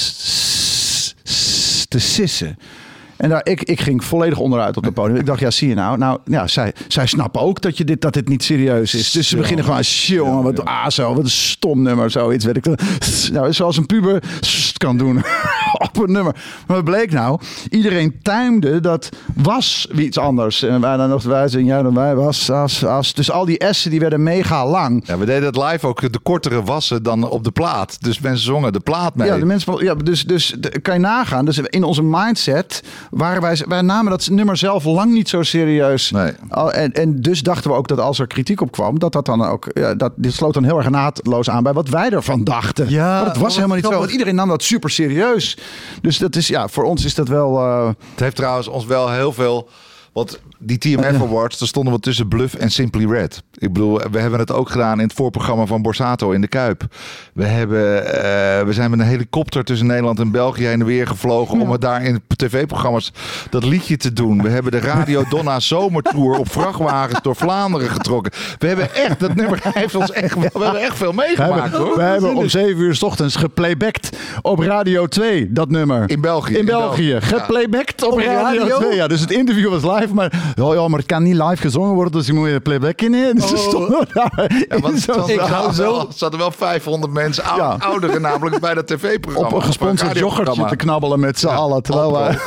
te sissen. En daar, ik, ik ging volledig onderuit op het podium. Ik dacht, ja, zie je nou? Nou, ja, zij, zij snappen ook dat, je dit, dat dit niet serieus is. Dus ze ja. beginnen gewoon, jongen, wat, ah, zo, wat een stom nummer, zoiets, weet ik. Nou, zoals een puber kan doen op een nummer. Maar wat bleek nou? Iedereen timde dat was iets anders. En wij dan nog wij zijn, ja, dan wij was, as, as. Dus al die S'en die werden mega lang. Ja, we deden het live ook de kortere wassen dan op de plaat. Dus mensen zongen de plaat mee. Ja, de mensen, ja dus, dus de, kan je nagaan. Dus in onze mindset waren wij, wij namen dat nummer zelf lang niet zo serieus. Nee. En, en dus dachten we ook dat als er kritiek op kwam, dat dat dan ook, ja, dat, dit sloot dan heel erg naadloos aan bij wat wij ervan dachten. Ja, maar het was helemaal niet zo. Want iedereen nam dat super serieus. Dus dat is, ja, voor ons is dat wel... Uh... Het heeft trouwens ons wel heel veel... Want die T M F Awards, daar stonden we tussen Bluff en Simply Red. Ik bedoel, we hebben het ook gedaan in het voorprogramma van Borsato in de Kuip. We, hebben, uh, we zijn met een helikopter tussen Nederland en België heen en weer gevlogen... Ja. om het daar in tv-programma's dat liedje te doen. We hebben de Radio Donna Zomertour op vrachtwagens door Vlaanderen getrokken. We hebben echt, dat nummer heeft ons echt, we hebben echt veel meegemaakt, we hebben, hoor. We hebben om zeven uur 's ochtends geplaybacked op Radio twee, dat nummer. In België. In, in België. België. Geplaybacked ja. op, op Radio, Radio twee. Ja, dus het interview was live, maar, oh ja, maar het kan niet live gezongen worden, dus je moet je playbacken in. Dus oh. stonden daar. Ja, want zo, ik hou zo. Er zaten wel vijfhonderd mensen, ou, ja. ouderen namelijk, bij dat tv-programma. Op een gesponsord yoghurtje te knabbelen met z'n ja. allen. Terwijl wij...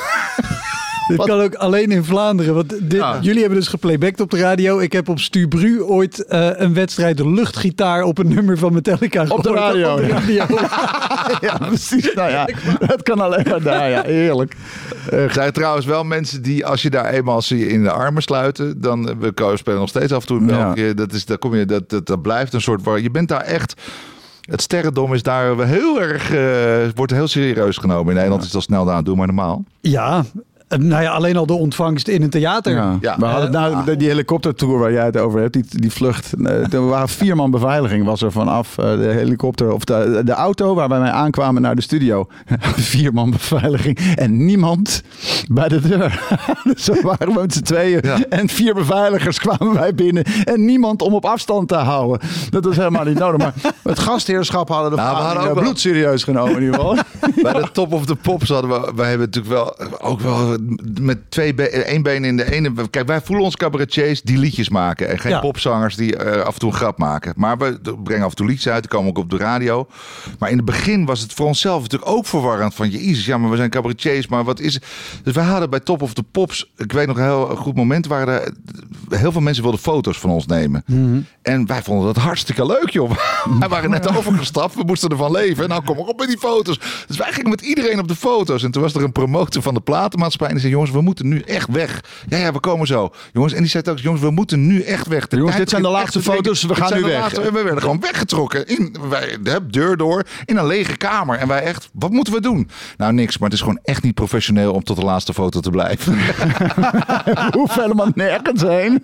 Dit Wat? Kan ook alleen in Vlaanderen. Want dit, ja. Jullie hebben dus geplaybacked op de radio. Ik heb op Stubru ooit uh, een wedstrijd de luchtgitaar op een nummer van Metallica op de radio. Op de radio. Ja, precies. Nou ja, dat kan alleen maar daar. Ja, heerlijk. Er zijn trouwens wel mensen die, als je daar eenmaal als je in de armen sluiten, dan we spelen nog steeds af en toe in België. Ja. Dat is, daar kom je, dat, dat, dat blijft een soort waar. Je bent daar echt. Het sterrendom is daar heel erg, uh, wordt heel serieus genomen. In Nederland ja. is dat snel daar, doe maar normaal. Ja. Nou ja, alleen al de ontvangst in een theater. Ja. Ja. We hadden nou uh, die helikoptertour waar jij het over hebt, die, die vlucht. Uh, er waren vier man beveiliging was er vanaf uh, de helikopter of de, de auto waar wij mee aankwamen naar de studio. Vier man beveiliging en niemand bij de deur. Dus we waren met z'n tweeën ja. en vier beveiligers kwamen wij binnen en niemand om op afstand te houden. Dat was helemaal niet nodig. Maar het gastheerschap hadden de nou, we hadden ook bloed wel... serieus genomen in ieder geval. Bij de Top of the Pops hadden we, wij hebben natuurlijk wel ook wel met twee be- één been in de ene. Kijk, wij voelen ons cabaretiers die liedjes maken. En geen ja. popzangers die uh, af en toe een grap maken. Maar we brengen af en toe liedjes uit. Die komen ook op de radio. Maar in het begin was het voor onszelf natuurlijk ook verwarrend. Van jezus, ja, maar we zijn cabaretiers. Maar wat is het? Dus wij hadden bij Top of the Pops. Ik weet nog een heel goed moment. Waar er, heel veel mensen wilden foto's van ons nemen. Mm-hmm. En wij vonden dat hartstikke leuk, joh. Wij waren net overgestapt. We moesten ervan leven. Nou, kom maar op met die foto's. Dus wij gingen met iedereen op de foto's. En toen was er een promotor van de platenmaatschappij. En die zei, jongens, we moeten nu echt weg. Ja, ja, we komen zo. Jongens, en die zei ook, jongens, we moeten nu echt weg. De jongens, dit zijn de laatste foto's, we gaan nu weg. Laatste, we werden gewoon weggetrokken. In, wij, de deur door, in een lege kamer. En wij echt, wat moeten we doen? Nou, niks, maar het is gewoon echt niet professioneel om tot de laatste foto te blijven. We hoeven helemaal nergens heen.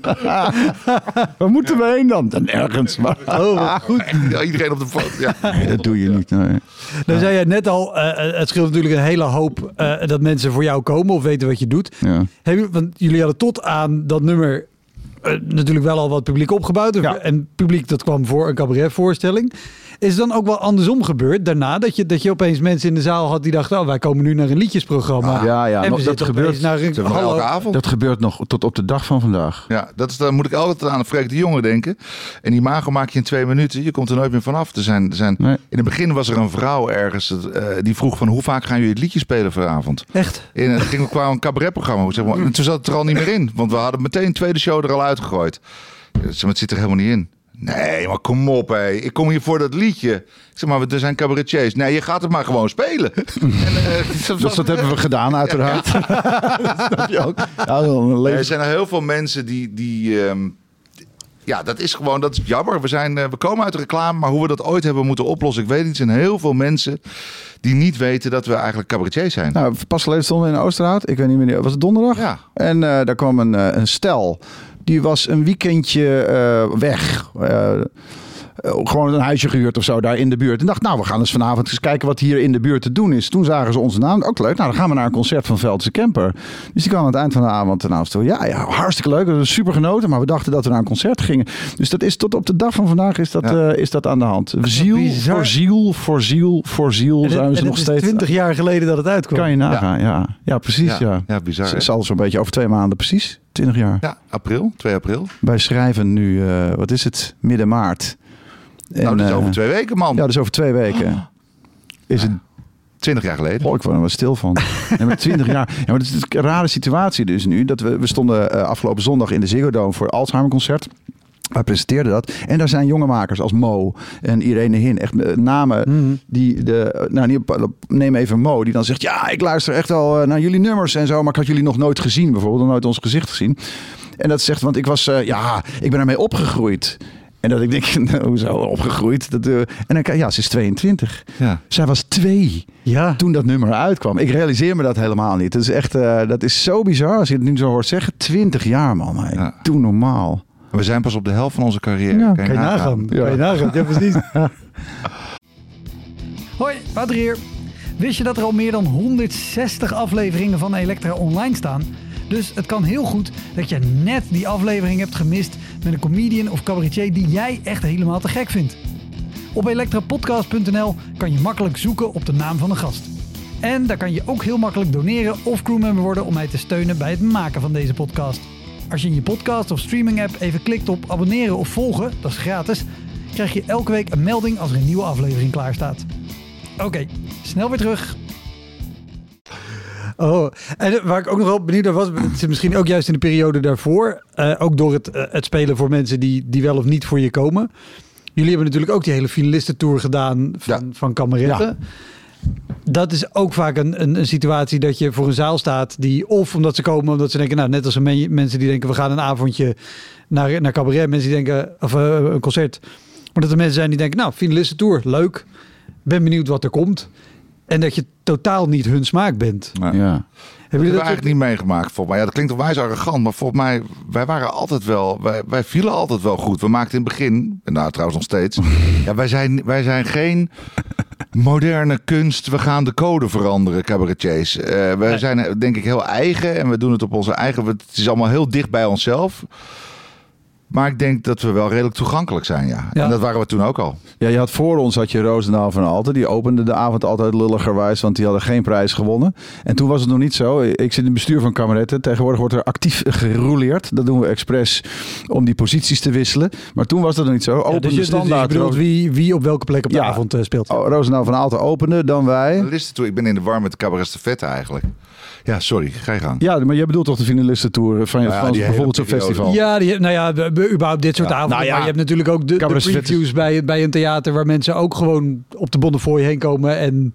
Waar moeten we heen dan? Nergens. Maar. Oh, goed. Ja, iedereen op de foto. Ja. Nee, dat doe je niet. Nee. Dan zei jij net al, uh, het scheelt natuurlijk een hele hoop uh, dat mensen voor jou komen of weten wat je doet. Ja. Heb, want jullie hadden tot aan dat nummer uh, natuurlijk wel al wat publiek opgebouwd. Ja. En publiek dat kwam voor een cabaretvoorstelling. Is het dan ook wel andersom gebeurd daarna? Dat je, dat je opeens mensen in de zaal had die dachten, oh, wij komen nu naar een liedjesprogramma. Ah, ja, ja. En nog, dat gebeurt naar een, elke avond. Dat gebeurt nog tot op de dag van vandaag. Ja, dat is, dan moet ik altijd aan Freek de Jonge denken. En die Imago maak je in twee minuten. Je komt er nooit meer vanaf. Er zijn, er zijn, nee. In het begin was er een vrouw ergens uh, die vroeg van, hoe vaak gaan jullie het liedje spelen vanavond? Echt? En het ging qua een cabaretprogramma. Zeg maar. En toen zat het er al niet meer in. Want we hadden meteen de tweede show er al uitgegooid. Het zit er helemaal niet in. Nee, maar kom op, hé. Ik kom hier voor dat liedje. Ik zeg maar, er zijn cabaretiers. Nee, je gaat het maar gewoon spelen. En, uh, dus dat hebben we gedaan, uiteraard. Ja, ja. Dat snap je ook. Ja, nee, er zijn heel veel mensen die... die um, ja, dat is gewoon, dat is jammer. We, zijn, uh, we komen uit de reclame, maar hoe we dat ooit hebben moeten oplossen, ik weet niet. Er zijn heel veel mensen die niet weten dat we eigenlijk cabaretiers zijn. Nou, pas geleden stonden we in Oosterhout. Ik weet niet meer, was het donderdag? Ja. En uh, daar kwam een, uh, een stel. Die was een weekendje uh, weg. Uh, uh, gewoon een huisje gehuurd of zo daar in de buurt. En dacht, nou, we gaan eens vanavond eens kijken wat hier in de buurt te doen is. Toen zagen ze onze naam. Ook leuk. Nou, dan gaan we naar een concert van Veldse Camper. Dus die kwam aan het eind van de avond naast toe. Ja, ja, hartstikke leuk. We hebben super genoten. Maar we dachten dat we naar een concert gingen. Dus dat is tot op de dag van vandaag is dat, ja. uh, is dat aan de hand. Ziel voor ziel, voor ziel, voor ziel. En zijn we en nog het steeds. twintig jaar geleden dat het uitkwam. Kan je nagaan, ja. Ja, ja precies, ja. Ja, ja bizar. Het zal zo'n beetje over twee maanden precies. twintig jaar. Ja, april. twee april. Wij schrijven nu, uh, wat is het? Midden maart. En, nou, dat is over twee weken, man. Ja, dat is over twee weken. Oh. Is het... Twintig jaar geleden. Oh, ik word er wel stil van. Ja, maar twintig jaar. Ja, maar het is een rare situatie dus nu. Dat we, we stonden uh, afgelopen zondag in de Ziggo Dome voor Alzheimer concert. Wij presenteerden dat. En daar zijn jonge makers als Mo en Irene Hin. Echt uh, namen mm-hmm. die de... Nou, neem even Mo. Die dan zegt, ja, ik luister echt wel uh, naar jullie nummers en zo. Maar ik had jullie nog nooit gezien bijvoorbeeld. Nog nooit ons gezicht gezien. En dat zegt, want ik was... Uh, ja, ik ben ermee opgegroeid. En dat ik denk, nou, hoezo opgegroeid? Dat, uh, en dan, ja, ze is tweeëntwintig. Ja. Zij was twee ja. toen dat nummer uitkwam. Ik realiseer me dat helemaal niet. Dat is echt, uh, dat is zo bizar als je het nu zo hoort zeggen. twintig jaar, man. Hey. Ja. Doe normaal. We zijn pas op de helft van onze carrière. Ja, kan je nagaan. nagaan. Ja. Kan je nagaan, ja precies. Hoi, Wouter hier. Wist je dat er al meer dan honderdzestig afleveringen van Elektra online staan? Dus het kan heel goed dat je net die aflevering hebt gemist met een comedian of cabaretier die jij echt helemaal te gek vindt. Op elektrapodcast punt n l kan je makkelijk zoeken op de naam van de gast. En daar kan je ook heel makkelijk doneren of crewmember worden om mij te steunen bij het maken van deze podcast. Als je in je podcast of streaming app even klikt op abonneren of volgen, dat is gratis, krijg je elke week een melding als er een nieuwe aflevering klaar staat. Oké, okay, snel weer terug. Oh, en waar ik ook nog wel benieuwd naar was, het zit misschien ook juist in de periode daarvoor, uh, ook door het, uh, het spelen voor mensen die, die wel of niet voor je komen. Jullie hebben natuurlijk ook die hele finalistentour gedaan van, ja. van kameretten. Ja. Dat is ook vaak een, een, een situatie dat je voor een zaal staat die of omdat ze komen, omdat ze denken, nou net als een men, mensen die denken we gaan een avondje naar, naar cabaret, mensen die denken, of uh, een concert. Maar dat er mensen zijn die denken, nou finalistentour, leuk, ben benieuwd wat er komt. En dat je totaal niet hun smaak bent. Ja. Ja. Hebben jullie dat eigenlijk niet meegemaakt volgens mij? Ja, dat klinkt op wijs arrogant, maar volgens mij, wij waren altijd wel, wij, wij vielen altijd wel goed. We maakten in het begin, en nou trouwens nog steeds, ja, wij zijn, wij zijn geen moderne kunst, we gaan de code veranderen, cabaretiers. Uh, wij nee. zijn denk ik heel eigen en we doen het op onze eigen, het is allemaal heel dicht bij onszelf. Maar ik denk dat we wel redelijk toegankelijk zijn, ja. ja. En dat waren we toen ook al. Ja, je had voor ons had je Roosendaal van Alten. Die opende de avond altijd lulligerwijs, want die hadden geen prijs gewonnen. En toen was het nog niet zo. Ik zit in het bestuur van kameretten. Tegenwoordig wordt er actief gerouleerd. Dat doen we expres om die posities te wisselen. Maar toen was dat nog niet zo. Ja, dus je, standaard. Dus je bedoelt wie, wie op welke plek op de ja. avond uh, speelt. Oh, Roosendaal van Alten opende, dan wij. Ik ben in de war met de Cabaret Stafette eigenlijk. Ja, sorry, ga je gang. Ja, maar jij bedoelt toch de finalistentour van, nou ja, van bijvoorbeeld zo'n festival? Ja, die, nou ja, überhaupt dit soort ja. avonden. Nou ja, maar je hebt natuurlijk ook de, de previews bij, bij een theater waar mensen ook gewoon op de Bonnefoy heen komen en...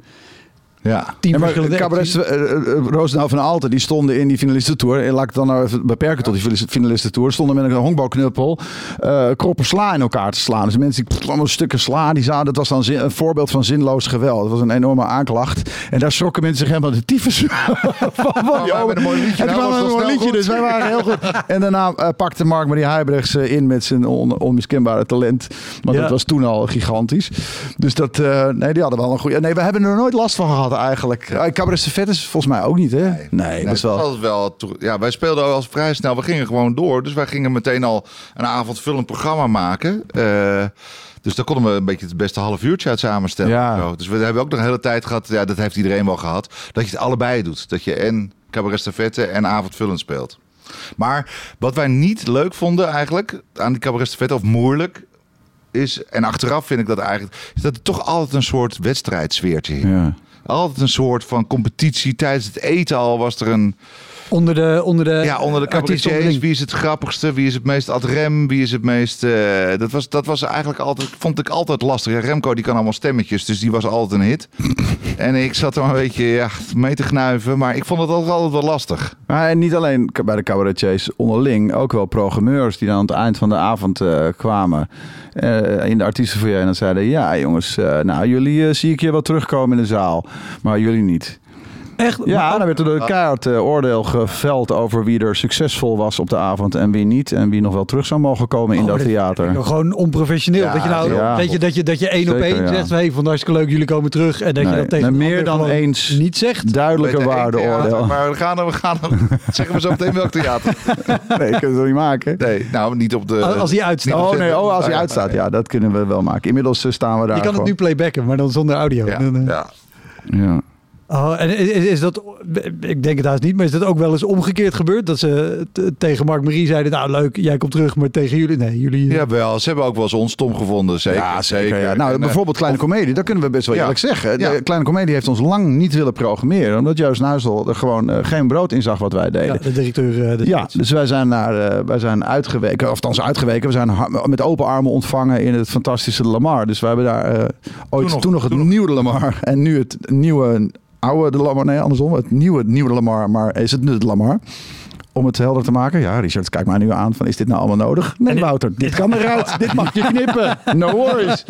Ja, tien ja, verschillende cabaret uh, uh, Roosendaal van Alten, die stonden in die finalistentour. En laat ik het dan nou even beperken tot die finalistentour. Stonden met een honkbalknuppel uh, kroppen sla in elkaar te slaan. Dus mensen die allemaal stukken sla, die zaten. Dat was dan zin, een voorbeeld van zinloos geweld. Dat was een enorme aanklacht. En daar schrokken mensen zich helemaal de tyfus van. van ja, met een mooi liedje. En toen kwam een mooi liedje, goed. Dus wij waren heel goed. En daarna uh, pakte Mark-Marie Huibrechts uh, in met zijn on, onmiskenbare talent. Want ja. dat was toen al gigantisch. Dus dat, uh, nee, die hadden wel een goede... Nee, we hebben er nooit last van gehad eigenlijk. Ja. Cabaret Stafette is volgens mij ook niet, hè? Nee, nee, nee dat is wel... wel... Ja, wij speelden al vrij snel. We gingen gewoon door. Dus wij gingen meteen al een avondvullend programma maken. Uh, dus daar konden we een beetje het beste half uurtje uit samenstellen. Ja. Dus we hebben ook nog een hele tijd gehad... Ja, dat heeft iedereen wel gehad. Dat je het allebei doet. Dat je en Cabaret Stafette en avondvullend speelt. Maar wat wij niet leuk vonden eigenlijk... aan die Cabaret Stafette, of moeilijk... is, en achteraf vind ik dat eigenlijk... is dat er toch altijd een soort wedstrijdsfeertje hing. Ja. Altijd een soort van competitie. Tijdens het eten al was er een... Onder de, onder de, ja, onder de cabaretiers. Wie is het grappigste? Wie is het meest ad rem? Wie is het meest... Uh, dat, was, dat was eigenlijk altijd... Vond ik altijd lastig. Ja, Remco die kan allemaal stemmetjes. Dus die was altijd een hit. En ik zat er maar een beetje ja, mee te knuiven. Maar ik vond het altijd, altijd wel lastig. Maar en niet alleen bij de cabaretiers onderling. Ook wel programmeurs die dan aan het eind van de avond uh, kwamen. Uh, in de artiestenfoyer. En dan zeiden... Ja jongens, uh, nou jullie uh, zie ik hier wel terugkomen in de zaal. Maar jullie niet. Echt? Ja, dan werd er een keihard uh, oordeel geveld over wie er succesvol was op de avond en wie niet. En wie nog wel terug zou mogen komen in oh, dat theater. Gewoon onprofessioneel. Ja, dat je nou, ja. weet je, dat je, dat je één Zeker, op één ja. zegt, hey, vond hartstikke leuk, jullie komen terug. En dat nee, je dat tegen nee, meer dan eens niet zegt. Duidelijke waardeoordeel. Maar we gaan, we gaan zeggen we zo meteen welk theater. Nee, kunnen we niet maken. Nee, nou niet op de... Als hij uitstaat. Oh nee, oh, als hij uitstaat. Ja, dat kunnen we wel maken. Inmiddels staan we daar. Je kan gewoon. het nu playbacken, maar dan zonder audio. Ja, dan, uh... ja. ja. Oh, en is, is dat, ik denk het haast niet, maar is dat ook wel eens omgekeerd gebeurd? Dat ze t- tegen Mark-Marie zeiden, nou leuk, jij komt terug, maar tegen jullie, nee, jullie... Ja, wel. Ze hebben ook wel eens ons stom gevonden, zeker. Ja, zeker. Ja. Nou, en, bijvoorbeeld Kleine of, Comedie, dat kunnen we best wel ja, eerlijk zeggen. De ja. Kleine Comedie heeft ons lang niet willen programmeren, omdat Joost Nuisel er gewoon uh, geen brood in zag wat wij deden. Ja, de directeur. Uh, de ja, dus wij zijn, naar, uh, wij zijn uitgeweken, of althans uitgeweken, we zijn ha- met open armen ontvangen in het fantastische Lamar. Dus we hebben daar uh, ooit toen nog, toen nog het toen nieuwe Lamar en nu het nieuwe... oude de Lamar, nee andersom, het nieuwe, nieuwe Lamar, maar is het nu de Lamar om het helder te maken. Ja, Richard, kijk mij nu aan van, is dit nou allemaal nodig? Nee, Wouter, dit kan eruit. Dit mag je knippen. No worries.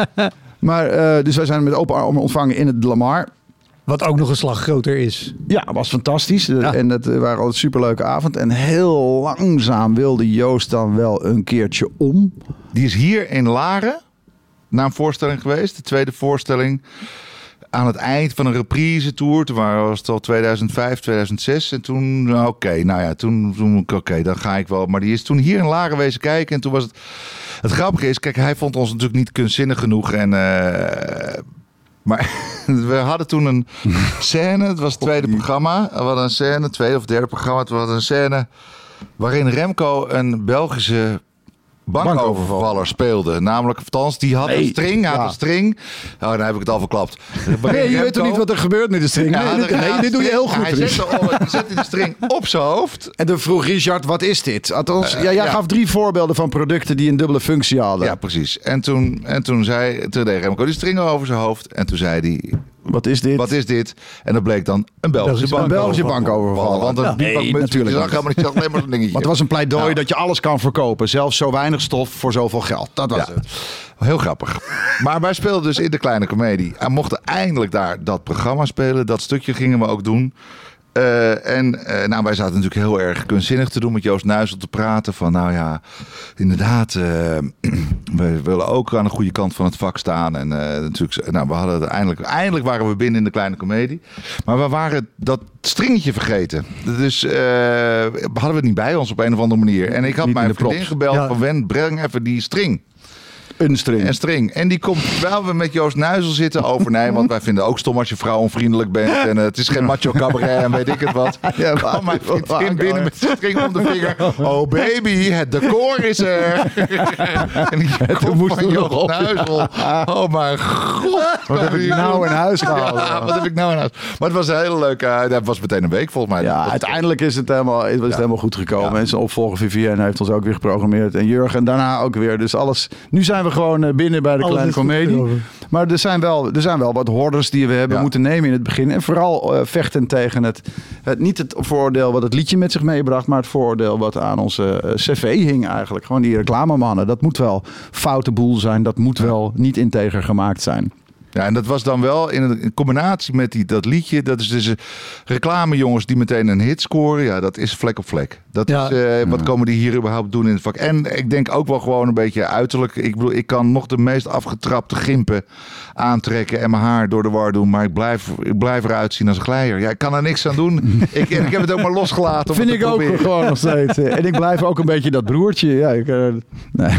Maar, uh, dus wij zijn met open armen ontvangen in het De Lamar. Wat ook nog een slag groter is. Ja, was fantastisch. Ja. En het waren altijd een superleuke avond. En heel langzaam wilde Joost dan wel een keertje om. Die is hier in Laren na een voorstelling geweest. De tweede voorstelling aan het eind van een reprise tour. Toen was het al tweeduizend vijf, tweeduizend zes. En toen, oké, okay, nou ja, toen, toen oké, okay, dan ga ik wel. Maar die is toen hier in Laren wezen kijken. En toen was het... Het grappige is, kijk, hij vond ons natuurlijk niet kunstzinnig genoeg. En... Uh, Maar we hadden toen een scène, het was het tweede programma. We hadden een scène, tweede of derde programma. We hadden een scène waarin Remco een Belgische bankovervaller speelde. Namelijk, althans, die had nee, een string, had ja. een string. Oh, dan heb ik het al verklapt. Nee, je Remco, weet toch niet wat er gebeurt met de string? Ja, nee, dit, nee, dit doe je heel goed. Hij zette, zette de string op zijn hoofd. En toen vroeg Richard, wat is dit? Althans, uh, ja, jij ja. gaf drie voorbeelden van producten die een dubbele functie hadden. Ja, precies. En toen, en toen zei toen deed Remco die string over zijn hoofd. En toen zei hij... Wat is dit? Wat is dit? En dat bleek dan een Belgische bank, een Belgische bank overvallen. Want een ja, nee, natuurlijk zag helemaal niet alleen maar een dingetje. Want het was een pleidooi nou. dat je alles kan verkopen. Zelfs zo weinig stof voor zoveel geld. Dat was ja. het. Heel grappig. Maar wij speelden dus in de Kleine Comedie. En mochten eindelijk daar dat programma spelen. Dat stukje gingen we ook doen. Uh, en uh, nou, wij zaten natuurlijk heel erg kunstzinnig te doen met Joost Nuisel te praten. Van nou ja, inderdaad, uh, we willen ook aan de goede kant van het vak staan. En uh, natuurlijk, nou, we hadden het eindelijk, eindelijk waren we binnen in de Kleine Comedie. Maar we waren dat stringetje vergeten. Dus uh, hadden we het niet bij ons op een of andere manier. En ik had niet mijn vriendin gebeld ja. van Wen, breng even die string. Een string. Een string. En die komt terwijl we met Joost Nuisel zitten over... Nee, want wij vinden ook stom als je vrouw onvriendelijk bent. En uh, het is geen macho cabaret en weet ik het wat. Ja, kwam mijn vriendin binnen met de string om de vinger. Oh baby, het decor is er. En die komt van Joost Nuisel. Oh mijn god. Wat heb ik nou in huis gehaald? Ja, wat heb ik nou in huis? Maar het was een hele leuke... Uh, dat was meteen een week volgens mij. Ja, uiteindelijk is het helemaal, is het ja. helemaal goed gekomen. Ja. En zijn opvolger Vivienne heeft ons ook weer geprogrammeerd. En Jurgen en daarna ook weer. Dus alles... Nu zijn we gewoon binnen bij de Alles Kleine Comedie. Maar er zijn, wel, er zijn wel wat hordes die we hebben ja. moeten nemen in het begin. En vooral uh, vechten tegen het, het... Niet het vooroordeel wat het liedje met zich meebracht... maar het vooroordeel wat aan onze uh, cv hing eigenlijk. Gewoon die reclamemannen. Dat moet wel foute boel zijn. Dat moet ja. wel niet integer gemaakt zijn. Ja, en dat was dan wel in, een, in combinatie met die, dat liedje. Dat is dus uh, reclamejongens die meteen een hit scoren. Ja, dat is vlek op vlek. Dat ja. is, uh, wat komen die hier überhaupt doen in het vak? En ik denk ook wel gewoon een beetje uiterlijk. Ik bedoel, ik kan nog de meest afgetrapte gimpen aantrekken en mijn haar door de war doen. Maar ik blijf, ik blijf eruit zien als een glijder. Ja, ik kan er niks aan doen. ik, en ik heb het ook maar losgelaten. Vind ik ook gewoon nog steeds. En ik blijf ook een beetje dat broertje. Ja, ik, uh, nee.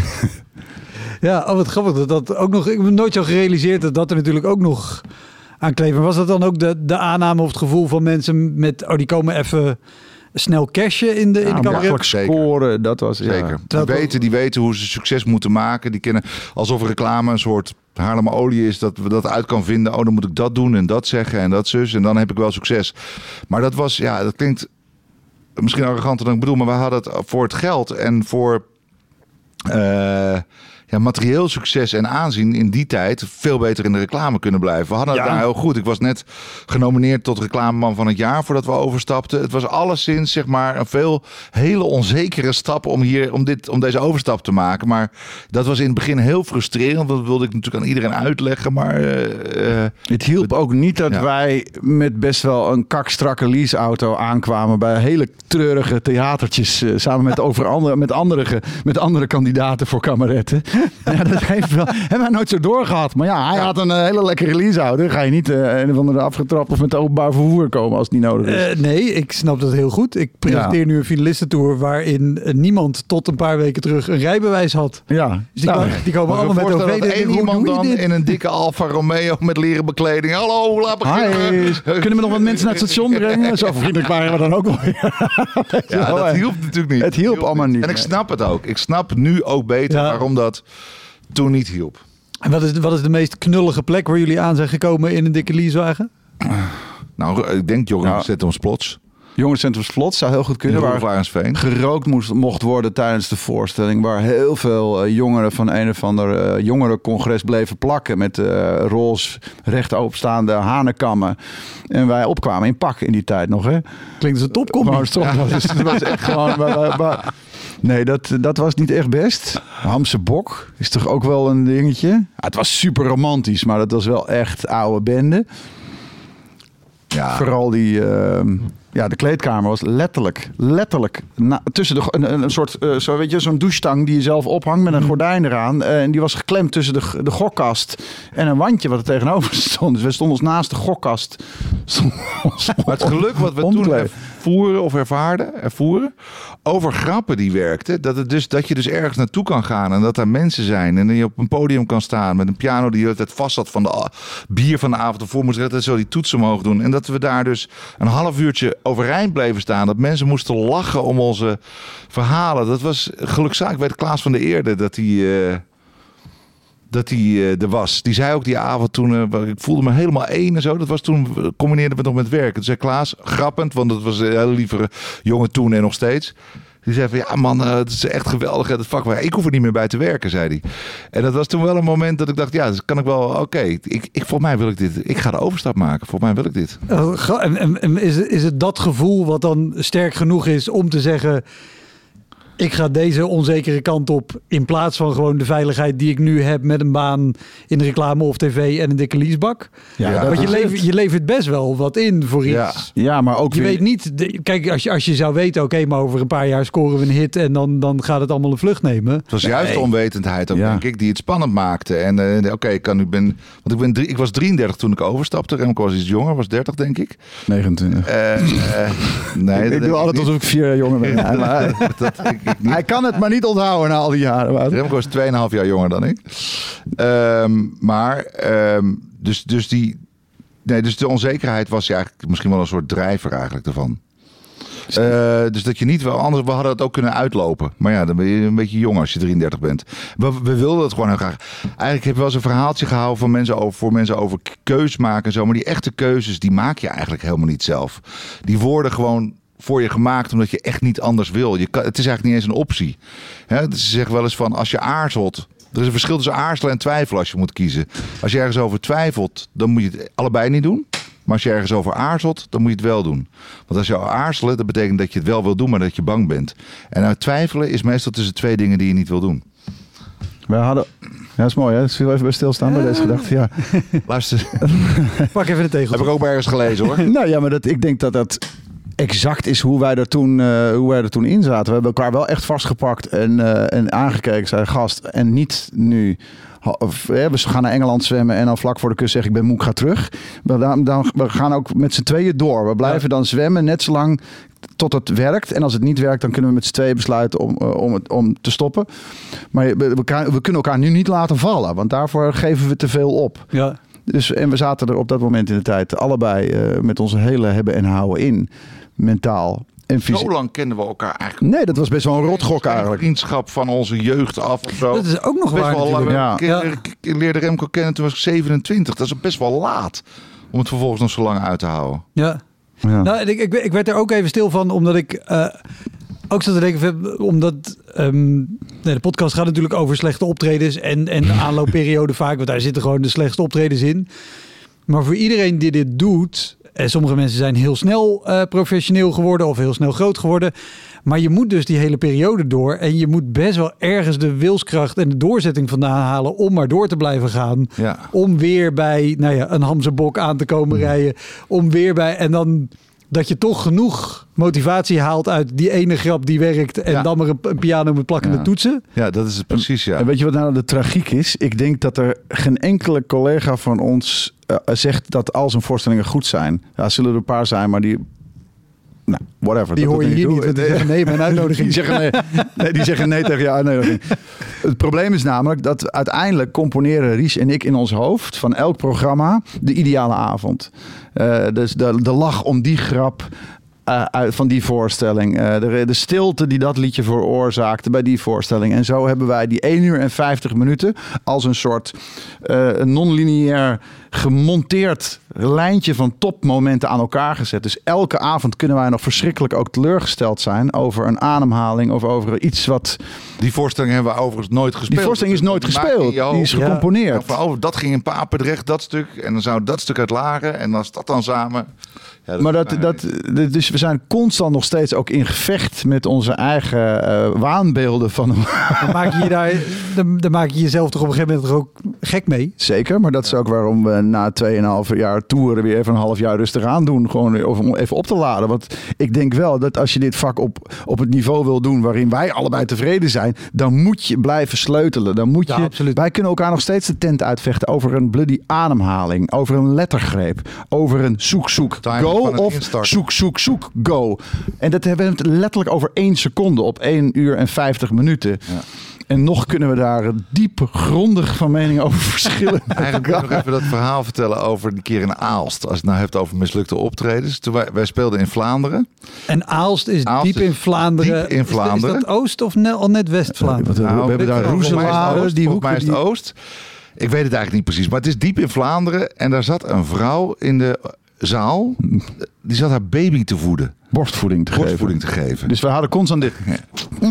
Ja, oh, wat grappig. Dat, dat ook nog, ik heb nooit zo gerealiseerd dat dat er natuurlijk ook nog aan kleven. Was dat dan ook de, de aanname of het gevoel van mensen met... Oh, die komen even snel cashen in de, ja, in de cabaret? Scoren, dat was... Zeker. Ja. Die, weten, die weten hoe ze succes moeten maken. Die kennen alsof reclame een soort Haarlemmer olie is. Dat we dat uit kan vinden. Oh, dan moet ik dat doen en dat zeggen en dat zus. En dan heb ik wel succes. Maar dat was... Ja, dat klinkt misschien arroganter dan ik bedoel. Maar we hadden het voor het geld en voor... Uh, ja, materieel succes en aanzien in die tijd veel beter in de reclame kunnen blijven. We hadden het ja. daar heel goed. Ik was net genomineerd tot reclameman van het jaar voordat we overstapten. Het was alleszins zeg maar een veel hele onzekere stap om hier om dit om deze overstap te maken. Maar dat was in het begin heel frustrerend. Dat wilde ik natuurlijk aan iedereen uitleggen. Maar uh, het hielp ook niet dat ja. wij met best wel een kakstrakke leaseauto aankwamen bij hele treurige theatertjes uh, samen met over andere met andere met andere kandidaten voor kameretten. Ja, dat heeft wel, hebben wij nooit zo doorgehad. Maar ja, hij ja. had een uh, hele lekkere releasehouder. Dan ga je niet uh, een of andere afgetrapt of met openbaar vervoer komen als het niet nodig is. Uh, nee, ik snap dat heel goed. Ik presenteer ja. nu een finalistentour waarin uh, niemand tot een paar weken terug een rijbewijs had. Ja. Dus die, nou, komen, die komen allemaal met O V. Dat één iemand dan in een dikke Alfa Romeo met leren bekleding. Hallo, laat beginnen. Hi. Kunnen we nog wat mensen naar het station brengen? Zo vriendelijk waren we dan ook wel. Ja, dat hielp natuurlijk niet. Het hielp allemaal niet. En ik snap het ook. Ik snap nu ook beter ja. waarom dat toen niet hielp. En wat is, wat is de meest knullige plek waar jullie aan zijn gekomen in een dikke leasewagen? Nou, ik denk Jorgen ja. zet ons plots. Jongerencentrum Vlot zou heel goed kunnen. Waar gerookt moest, mocht worden tijdens de voorstelling. Waar heel veel uh, jongeren van een of ander uh, jongerencongres bleven plakken. Met uh, roze, recht openstaande hanenkammen. En wij opkwamen in pak in die tijd nog. Hè? Klinkt als een topcombi. Ja. Dus het was echt gewoon... Maar, maar, nee, dat, dat was niet echt best. Hamse bok is toch ook wel een dingetje. Ja, het was super romantisch, maar dat was wel echt oude bende. Ja. Vooral die... Uh, ja, de kleedkamer was letterlijk, letterlijk na, tussen de een, een soort, uh, zo weet je, zo'n douchestang die je zelf ophangt met een gordijn eraan. Uh, en die was geklemd tussen de, de gokkast en een wandje wat er tegenover stond. Dus we stonden ons naast de gokkast. Maar het geluk wat we toen ervoeren of ervaarden, ervoeren over grappen die werkten, dat, het dus, dat je dus ergens naartoe kan gaan en dat daar mensen zijn en dat je op een podium kan staan met een piano die het vast zat van de bier van de avond ervoor moest redden, zo die toetsen omhoog doen en dat we daar dus een half uurtje overeind bleven staan. Dat mensen moesten lachen om onze verhalen. Dat was gelukszaak. Ik weet Klaas van der Eerde dat hij uh, dat hij uh, er was. Die zei ook die avond toen, uh, ik voelde me helemaal één en zo. Dat was toen, combineerden we nog met werken. Toen zei Klaas, grappend, want dat was een hele lieve jongen toen en nog steeds. Die zei van, ja man, uh, het is echt geweldig, het vak. Ik hoef er niet meer bij te werken, zei hij. En dat was toen wel een moment dat ik dacht, ja, dat kan ik wel, oké. Okay, ik, ik, volgens mij wil ik dit, ik ga de overstap maken. Volgens mij wil ik dit. En, en, en is, is het dat gevoel wat dan sterk genoeg is om te zeggen, ik ga deze onzekere kant op in plaats van gewoon de veiligheid die ik nu heb met een baan in de reclame of tv en een dikke leasebak. Ja, ja, want je levert, je levert best wel wat in voor iets. Ja, ja maar ook je weer... weet niet. De, kijk, als je, als je zou weten, oké, okay, maar over een paar jaar scoren we een hit en dan, dan gaat het allemaal een vlucht nemen. Het was juist nee. de onwetendheid ook, ja. denk ik, die het spannend maakte. En uh, oké, okay, ik kan nu ben, want ik ben drie, ik was drieëndertig toen ik overstapte. Remco was iets jonger, was dertig denk ik. negenentwintig. Uh, uh, nee, ik, ik doe altijd alsof ik vier jaar jonger ben. Ja, maar, dat, ik, ik Hij kan het maar niet onthouden na al die jaren. Remco is twee en een half jaar jonger dan ik. Um, maar, um, dus, dus die... Nee, dus de onzekerheid was ja eigenlijk misschien wel een soort drijver eigenlijk ervan. Uh, dus dat je niet wel... Anders, we hadden het ook kunnen uitlopen. Maar ja, dan ben je een beetje jong als je drieëndertig bent. We, we wilden het gewoon heel graag. Eigenlijk heb je wel eens een verhaaltje gehouden van mensen over, voor mensen over keus maken en zo. Maar die echte keuzes, die maak je eigenlijk helemaal niet zelf. Die worden gewoon voor je gemaakt omdat je echt niet anders wil. Je kan, het is eigenlijk niet eens een optie. He, dus ze zeggen wel eens van, als je aarzelt... Er is een verschil tussen aarzelen en twijfelen als je moet kiezen. Als je ergens over twijfelt, dan moet je het allebei niet doen. Maar als je ergens over aarzelt, dan moet je het wel doen. Want als je aarzelen, dat betekent dat je het wel wil doen, maar dat je bang bent. En uit twijfelen is meestal tussen twee dingen die je niet wil doen. We hadden... Ja, dat is mooi, hè? Dus even bij stilstaan bij deze gedachte. Ja. Luister. Pak even de tegel. Heb ik ook bij ergens gelezen, hoor. Nou ja, maar dat, ik denk dat dat exact is hoe wij er toen, uh, hoe wij er toen in zaten. We hebben elkaar wel echt vastgepakt en, uh, en aangekeken, zei gast. En niet nu... We gaan naar Engeland zwemmen en dan vlak voor de kust zeg ik ben moe, ik ga terug. Maar dan, dan, we gaan ook met z'n tweeën door. We blijven dan zwemmen net zo lang tot het werkt. En als het niet werkt, dan kunnen we met z'n tweeën besluiten om, om, het, om te stoppen. Maar we, we, we kunnen elkaar nu niet laten vallen, want daarvoor geven we te veel op. Ja. Dus, en we zaten er op dat moment in de tijd allebei uh, met onze hele hebben en houden in. Mentaal. En fysiek. Zo lang kenden we elkaar eigenlijk. Nee, dat was best wel een rotgok eigenlijk. Vriendschap van onze jeugd af of zo. Dat is ook nog best waar wel lang. Ja. Ik, ja. ik leerde Remco kennen toen was ik zevenentwintig. Dat is best wel laat om het vervolgens nog zo lang uit te houden. Ja. ja. Nou, ik, ik, ik werd er ook even stil van, omdat ik uh, ook zat te denken, omdat um, nee, de podcast gaat natuurlijk over slechte optredens en, en de aanloopperiode vaak, want daar zitten gewoon de slechtste optredens in. Maar voor iedereen die dit doet, en sommige mensen zijn heel snel uh, professioneel geworden of heel snel groot geworden. Maar je moet dus die hele periode door. En je moet best wel ergens de wilskracht en de doorzetting vandaan halen om maar door te blijven gaan. Ja. Om weer bij nou ja, een Hamse bok aan te komen mm. rijden. Om weer bij... En dan dat je toch genoeg motivatie haalt uit die ene grap die werkt. En ja. dan maar een, een piano met plakkende ja. toetsen. Ja, dat is het precies, ja. En weet je wat nou de tragiek is? Ik denk dat er geen enkele collega van ons uh, zegt dat al zijn voorstellingen goed zijn. Ja, zullen er een paar zijn, maar die... Nou, whatever. Die dat hoor je hier niet. Die zeggen nee bij een uitnodiging. Die zeggen nee, nee, die zeggen nee tegen je uitnodiging. Het probleem is namelijk dat uiteindelijk componeren Ries en ik in ons hoofd van elk programma de ideale avond. Uh, dus de, de lach om die grap. uh, uit, van die voorstelling. Uh, de, de stilte die dat liedje veroorzaakte bij die voorstelling. En zo hebben wij die één uur en vijftig minuten als een soort uh, non-lineair gemonteerd lijntje van topmomenten aan elkaar gezet. Dus elke avond kunnen wij nog verschrikkelijk ook teleurgesteld zijn over een ademhaling of over iets wat... Die voorstelling hebben we overigens nooit gespeeld. Die voorstelling is nooit gespeeld. Die is gecomponeerd. Ja. Nou, dat ging in Papendrecht, dat stuk. En dan zou dat stuk uit Laren. En als dat dan samen... Ja, dat maar dat, dat, dus we zijn constant nog steeds ook in gevecht met onze eigen uh, waanbeelden van... Dan maak je je daar, dan, dan maak je jezelf toch op een gegeven moment ook gek mee? Zeker, maar dat is ook waarom we na tweeënhalf jaar toeren weer even een half jaar rustig aan doen. Gewoon om even op te laden. Want ik denk wel dat als je dit vak op, op het niveau wil doen waarin wij allebei tevreden zijn, dan moet je blijven sleutelen. Dan moet je, ja, absoluut. Wij kunnen elkaar nog steeds de tent uitvechten over een bloody ademhaling, over een lettergreep, over een zoek-zoek. Go of zoek, zoek, zoek, go. En dat hebben we het letterlijk over één seconde op één uur en vijftig minuten. Ja. En nog kunnen we daar diep grondig van mening over verschillen. Eigenlijk moet ik nog even dat verhaal vertellen over die keer in Aalst. Als je het nou hebt over mislukte optredens. Toen wij, wij speelden in Vlaanderen. En Aalst is Aalst diep is in Vlaanderen. Diep in Vlaanderen. Is, is dat Oost of net, al net West-Vlaanderen? Nou, we hebben daar Roeselare, die hoek. Volgens mij is het Oost. Ik weet het eigenlijk niet precies. Maar het is diep in Vlaanderen. En daar zat een vrouw in de zaal. Die zat haar baby te voeden. Borstvoeding te Borstvoeding geven. te geven. Dus we hadden constant dit. Ja.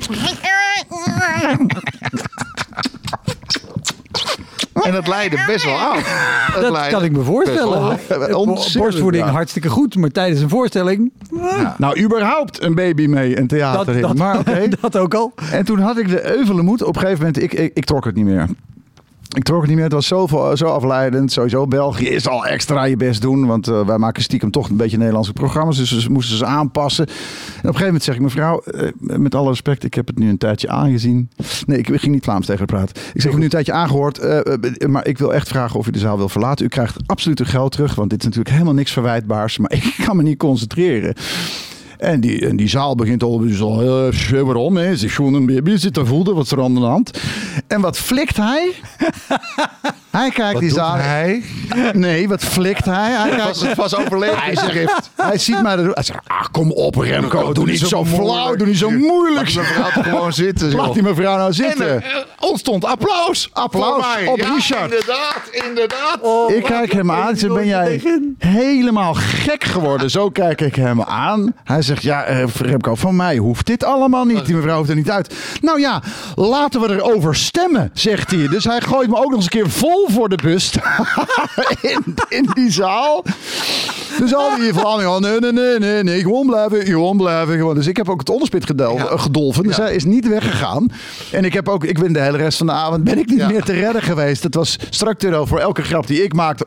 En dat leidde best wel af. Dat, dat kan ik me voorstellen. Borstvoeding ja. hartstikke goed, maar tijdens een voorstelling... Ja. Nou, überhaupt een baby mee een theater dat, in. Dat, maar okay. dat ook al. En toen had ik de euvele moed. Op een gegeven moment, ik, ik, ik trok het niet meer. Ik trok het niet meer. Het was zo, zo afleidend. Sowieso, België is al extra je best doen. Want uh, wij maken stiekem toch een beetje Nederlandse programma's. Dus we moesten ze aanpassen. En op een gegeven moment zeg ik, mevrouw, uh, met alle respect, ik heb het nu een tijdje aangezien. Nee, ik ging niet Vlaams tegen haar praten. Ik zeg, ik heb nu een tijdje aangehoord. Uh, uh, maar ik wil echt vragen of u de zaal wil verlaten. U krijgt absoluut uw geld terug. Want dit is natuurlijk helemaal niks verwijtbaars. Maar ik kan me niet concentreren. En die, en die zaal begint al zo, uh, waarom? Hè? Zeg gewoon een baby zit te voeden, wat is er aan de hand? En wat flikt hij? Hij kijkt wat die doet zaal. Hij? Nee, wat flikt hij? Hij kijkt, het was, was overleden. Hij, zegt, hij ziet mij er. Hij zegt, ah, kom op Remco, doe, doe niet zo flauw, doe niet zo moeilijk. Laat die mevrouw gewoon zitten. Laat die mevrouw nou zitten. En er uh, ontstond applaus. Applaus op ja, Richard. Inderdaad, inderdaad. Oh, ik kijk hem aan. Zeg, ben jij helemaal gek geworden? Zo kijk ik hem aan. Hij zegt, ja, uh, Remco, van mij hoeft dit allemaal niet. Die mevrouw hoeft er niet uit. Nou ja, laten we erover stemmen, zegt hij. Dus hij gooit me ook nog eens een keer vol voor de bus in, in die zaal. Dus al die Vlamingen, nee, nee, nee, nee, nee, gewoon blijven, gewoon blijven. Gewoon. Dus ik heb ook het onderspit gedel, ja. gedolven. Dus ja. hij is niet weggegaan. En ik heb ook, ik ben de hele rest van de avond ben ik niet ja. meer te redden geweest. Het was structureel voor elke grap die ik maakte.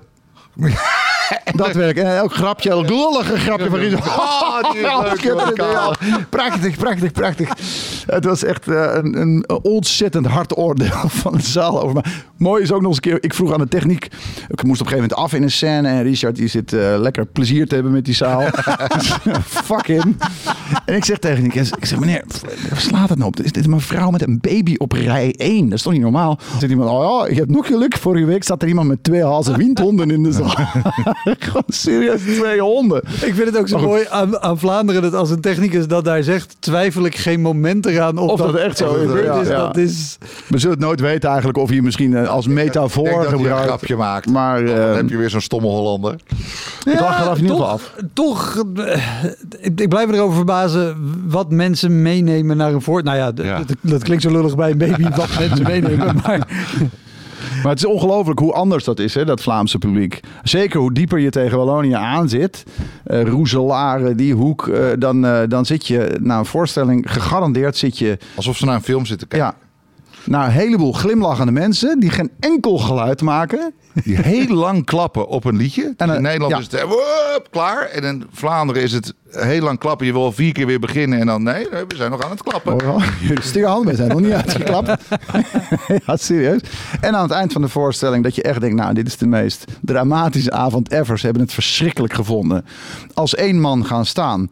Dat werkt. En elk grapje, elk lullige grapje van Ries. Oh, die leuk, prachtig, prachtig, prachtig. Het was echt uh, een, een ontzettend hard oordeel van de zaal over mij. Mooi is ook nog eens een keer, ik vroeg aan de techniek. Ik moest op een gegeven moment af in een scène. En Richard die zit uh, lekker plezier te hebben met die zaal. Fuck him. En ik zeg tegen die, ik zeg, meneer, slaat het nou op? Is dit een vrouw met een baby op rij één? Dat is toch niet normaal? Dan zegt iemand, oh ja, ik heb nog geluk. Vorige week zat er iemand met twee halse windhonden in de zaal. Gewoon serieus twee honden. Ik vind het ook zo oh, mooi aan, aan Vlaanderen dat als een technicus dat daar zegt, twijfel ik geen moment eraan of, of dat, dat echt zo is. Ja, is, ja. Dat is. We zullen het nooit weten eigenlijk of je misschien als metafoor gebruikt. Dat je een grapje maakt. Maar uh, dan heb je weer zo'n stomme Hollander. Ja, ik lach er af in ieder geval af. Toch, ik blijf me erover verbazen wat mensen meenemen naar een voort. Nou ja, ja. Dat, dat klinkt zo lullig bij een baby wat mensen meenemen, maar. Maar het is ongelooflijk hoe anders dat is, hè, dat Vlaamse publiek. Zeker hoe dieper je tegen Wallonië aan zit. Uh, Roeselare, die hoek. Uh, dan, uh, dan zit je na een voorstelling, gegarandeerd zit je... Alsof ze naar een film zitten kijken. Ja. Nou, een heleboel glimlachende mensen die geen enkel geluid maken. Die heel lang klappen op een liedje. En, in Nederland ja. is het woop, klaar. En in Vlaanderen is het heel lang klappen. Je wil vier keer weer beginnen en dan nee, we zijn nog aan het klappen. Oh, jullie stikken handen, we zijn nog niet uitgeklapt. Ja, serieus. En aan het eind van de voorstelling dat je echt denkt, nou, dit is de meest dramatische avond ever. Ze hebben het verschrikkelijk gevonden. Als één man gaan staan. Ja.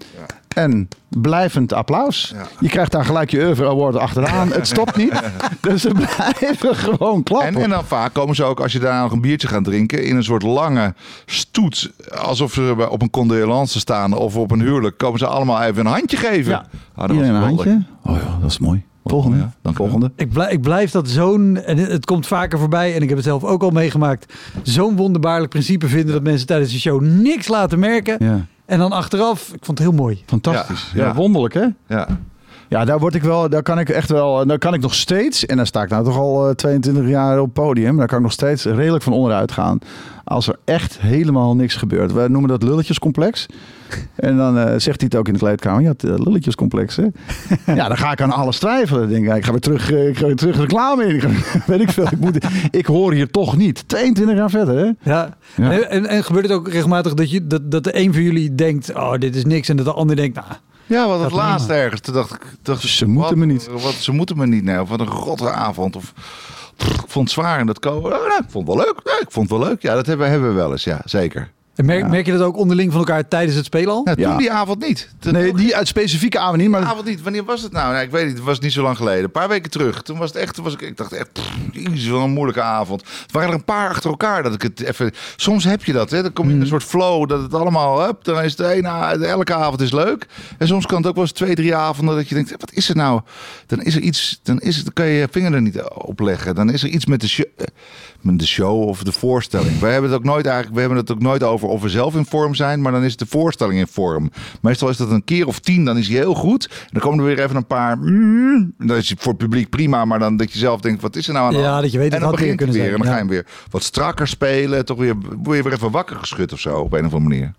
En blijvend applaus. Ja. Je krijgt daar gelijk je Euro Award achteraan. Het stopt niet. Dus ze blijven gewoon klappen. En, en dan vaak komen ze ook, als je daar nog een biertje gaat drinken, in een soort lange stoet. Alsof ze op een condoleance staan of op een huwelijk. Komen ze allemaal even een handje geven. Ja. Ah, dat Iedereen een handje. Oh ja, dat is mooi. Volgende. Ja, dan volgende. Ik blijf, ik blijf dat zo'n, en het komt vaker voorbij, en ik heb het zelf ook al meegemaakt, zo'n wonderbaarlijk principe vinden dat mensen tijdens de show niks laten merken. Ja. En dan achteraf, ik vond het heel mooi. Fantastisch. Ja, ja. Wonderlijk hè? Ja. Ja, daar word ik wel, daar kan ik echt wel, daar kan ik nog steeds, en daar sta ik nou toch al uh, tweeëntwintig jaar op het podium, daar kan ik nog steeds redelijk van onderuit gaan. Als er echt helemaal niks gebeurt. We noemen dat lulletjescomplex. En dan uh, zegt hij het ook in de kleedkamer. Ja, het uh, lulletjescomplex, hè? Ja, dan ga ik aan alles twijfelen. Dan denk ik, ik ga weer terug, uh, ik ga weer terug reclame in. Ik ga, weet ik veel. Ik, moet, ik hoor hier toch niet. tweeëntwintig jaar verder, hè? Ja. ja. En, en gebeurt het ook regelmatig dat, je, dat, dat de een van jullie denkt, oh, dit is niks. En dat de ander denkt, nou... Ja, wat het laatste ergens. Toen dacht ik, dacht, ze moeten wat, me niet. Wat, ze moeten me niet. Nee, of wat een grotere avond. Of pff, ik vond het zwaar en dat komen. Oh, nou, ik vond het wel leuk. Nee, ik vond het wel leuk. Ja, dat hebben, hebben we wel eens. Ja, zeker. En merk, ja. merk je dat ook onderling van elkaar tijdens het spelen al? Ja, toen ja. die avond niet. Toen nee, die uit specifieke avond niet. Maar... avond niet. Wanneer was het nou? Nee, ik weet niet. Het was niet zo lang geleden. Een paar weken terug. Toen was het echt. Toen was ik, ik dacht echt. Pff, jezus, wat een moeilijke avond. Het waren er een paar achter elkaar dat ik het even. Soms heb je dat. Hè? Dan kom je in een soort flow dat het allemaal. Hup, dan is het een. Elke avond is leuk. En soms kan het ook wel eens twee, drie avonden dat je denkt. Wat is er nou? Dan is er iets. Dan is het. Dan kan je je vinger er niet op leggen. Dan is er iets met de show, met de show of de voorstelling. Wij hebben het ook nooit eigenlijk. We hebben het ook nooit over of we zelf in vorm zijn, maar dan is de voorstelling in vorm. Meestal is dat een keer of tien, dan is hij heel goed. En dan komen er weer even een paar. Mm, dan is het voor het publiek prima, maar dan dat je zelf denkt, wat is er nou aan de hand? Ja, dat je weet en dan begint het weer. Zijn. En dan ja. ga je weer wat strakker spelen. Toch weer, word je weer even wakker geschud of zo, op een of andere manier.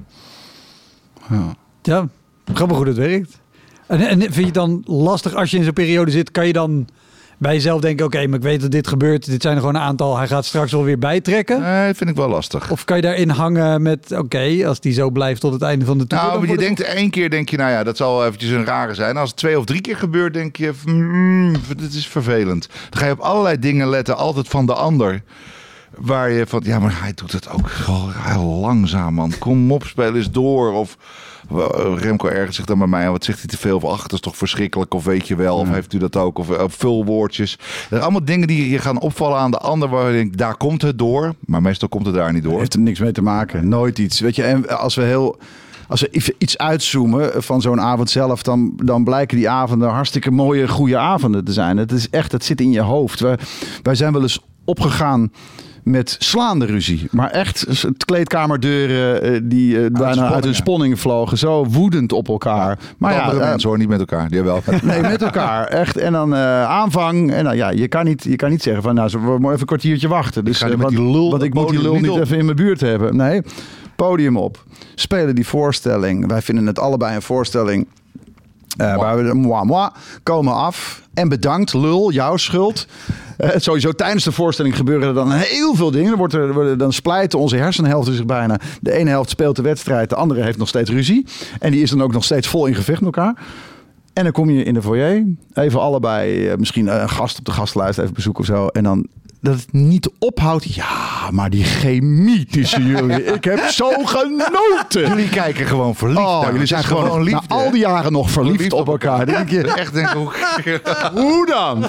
Ja, ja grappig hoe dat werkt. En, en vind je het dan lastig als je in zo'n periode zit, kan je dan bij jezelf denken, oké, okay, maar ik weet dat dit gebeurt. Dit zijn er gewoon een aantal. Hij gaat straks wel weer bijtrekken. Nee, vind ik wel lastig. Of kan je daarin hangen met, oké, okay, als die zo blijft tot het einde van de tour. Nou, je denkt één keer, denk je, nou ja, dat zal eventjes een rare zijn. Als het twee of drie keer gebeurt, denk je, mm, dit is vervelend. Dan ga je op allerlei dingen letten, altijd van de ander. Waar je van, ja, maar hij doet het ook heel langzaam, man. Kom op, speel eens door. Of Remco ergert zich dan bij mij. Wat zegt hij te veel? Of ach, dat is toch verschrikkelijk? Of weet je wel? Of heeft u dat ook? Of uh, vulwoordjes. Dat zijn allemaal dingen die je gaan opvallen aan de ander. Waar je denkt, daar komt het door. Maar meestal komt het daar niet door. Heeft er niks mee te maken. Nooit iets. Weet je, en als we heel... Als we iets uitzoomen van zo'n avond zelf, dan, dan blijken die avonden hartstikke mooie, goede avonden te zijn. Het is echt, het zit in je hoofd. Wij, wij zijn wel eens opgegaan met slaande ruzie. Maar echt kleedkamerdeuren die uh, bijna uit hun sponning vlogen. Zo woedend op elkaar. Ja, maar ja, andere uh, mensen hoor, niet met elkaar. Die wel. Nee, met elkaar. Echt. En dan uh, aanvang. En dan, ja, je kan niet, je kan niet zeggen van, nou, we moeten even een kwartiertje wachten. Dus, ik uh, want, lul, want ik moet die lul niet, niet even in mijn buurt hebben. Nee, podium op. Spelen die voorstelling. Wij vinden het allebei een voorstelling. Uh, waar we de moi, moi, komen af. En bedankt, lul, jouw schuld. Uh, sowieso tijdens de voorstelling gebeuren er dan heel veel dingen. Dan, wordt er, dan splijten onze hersenhelften zich bijna. De ene helft speelt de wedstrijd, de andere heeft nog steeds ruzie. En die is dan ook nog steeds vol in gevecht met elkaar. En dan kom je in de foyer. Even allebei, uh, misschien een gast op de gastenlijst even bezoeken of zo. En dan dat het niet ophoudt. Ja, maar die chemie tussen jullie. Ik heb zo genoten. Jullie kijken gewoon verliefd. Oh, jullie zijn gewoon, gewoon liefde. Na al die jaren nog verliefd, verliefd op elkaar. elkaar. Denk je, echt denk hoe... hoe dan?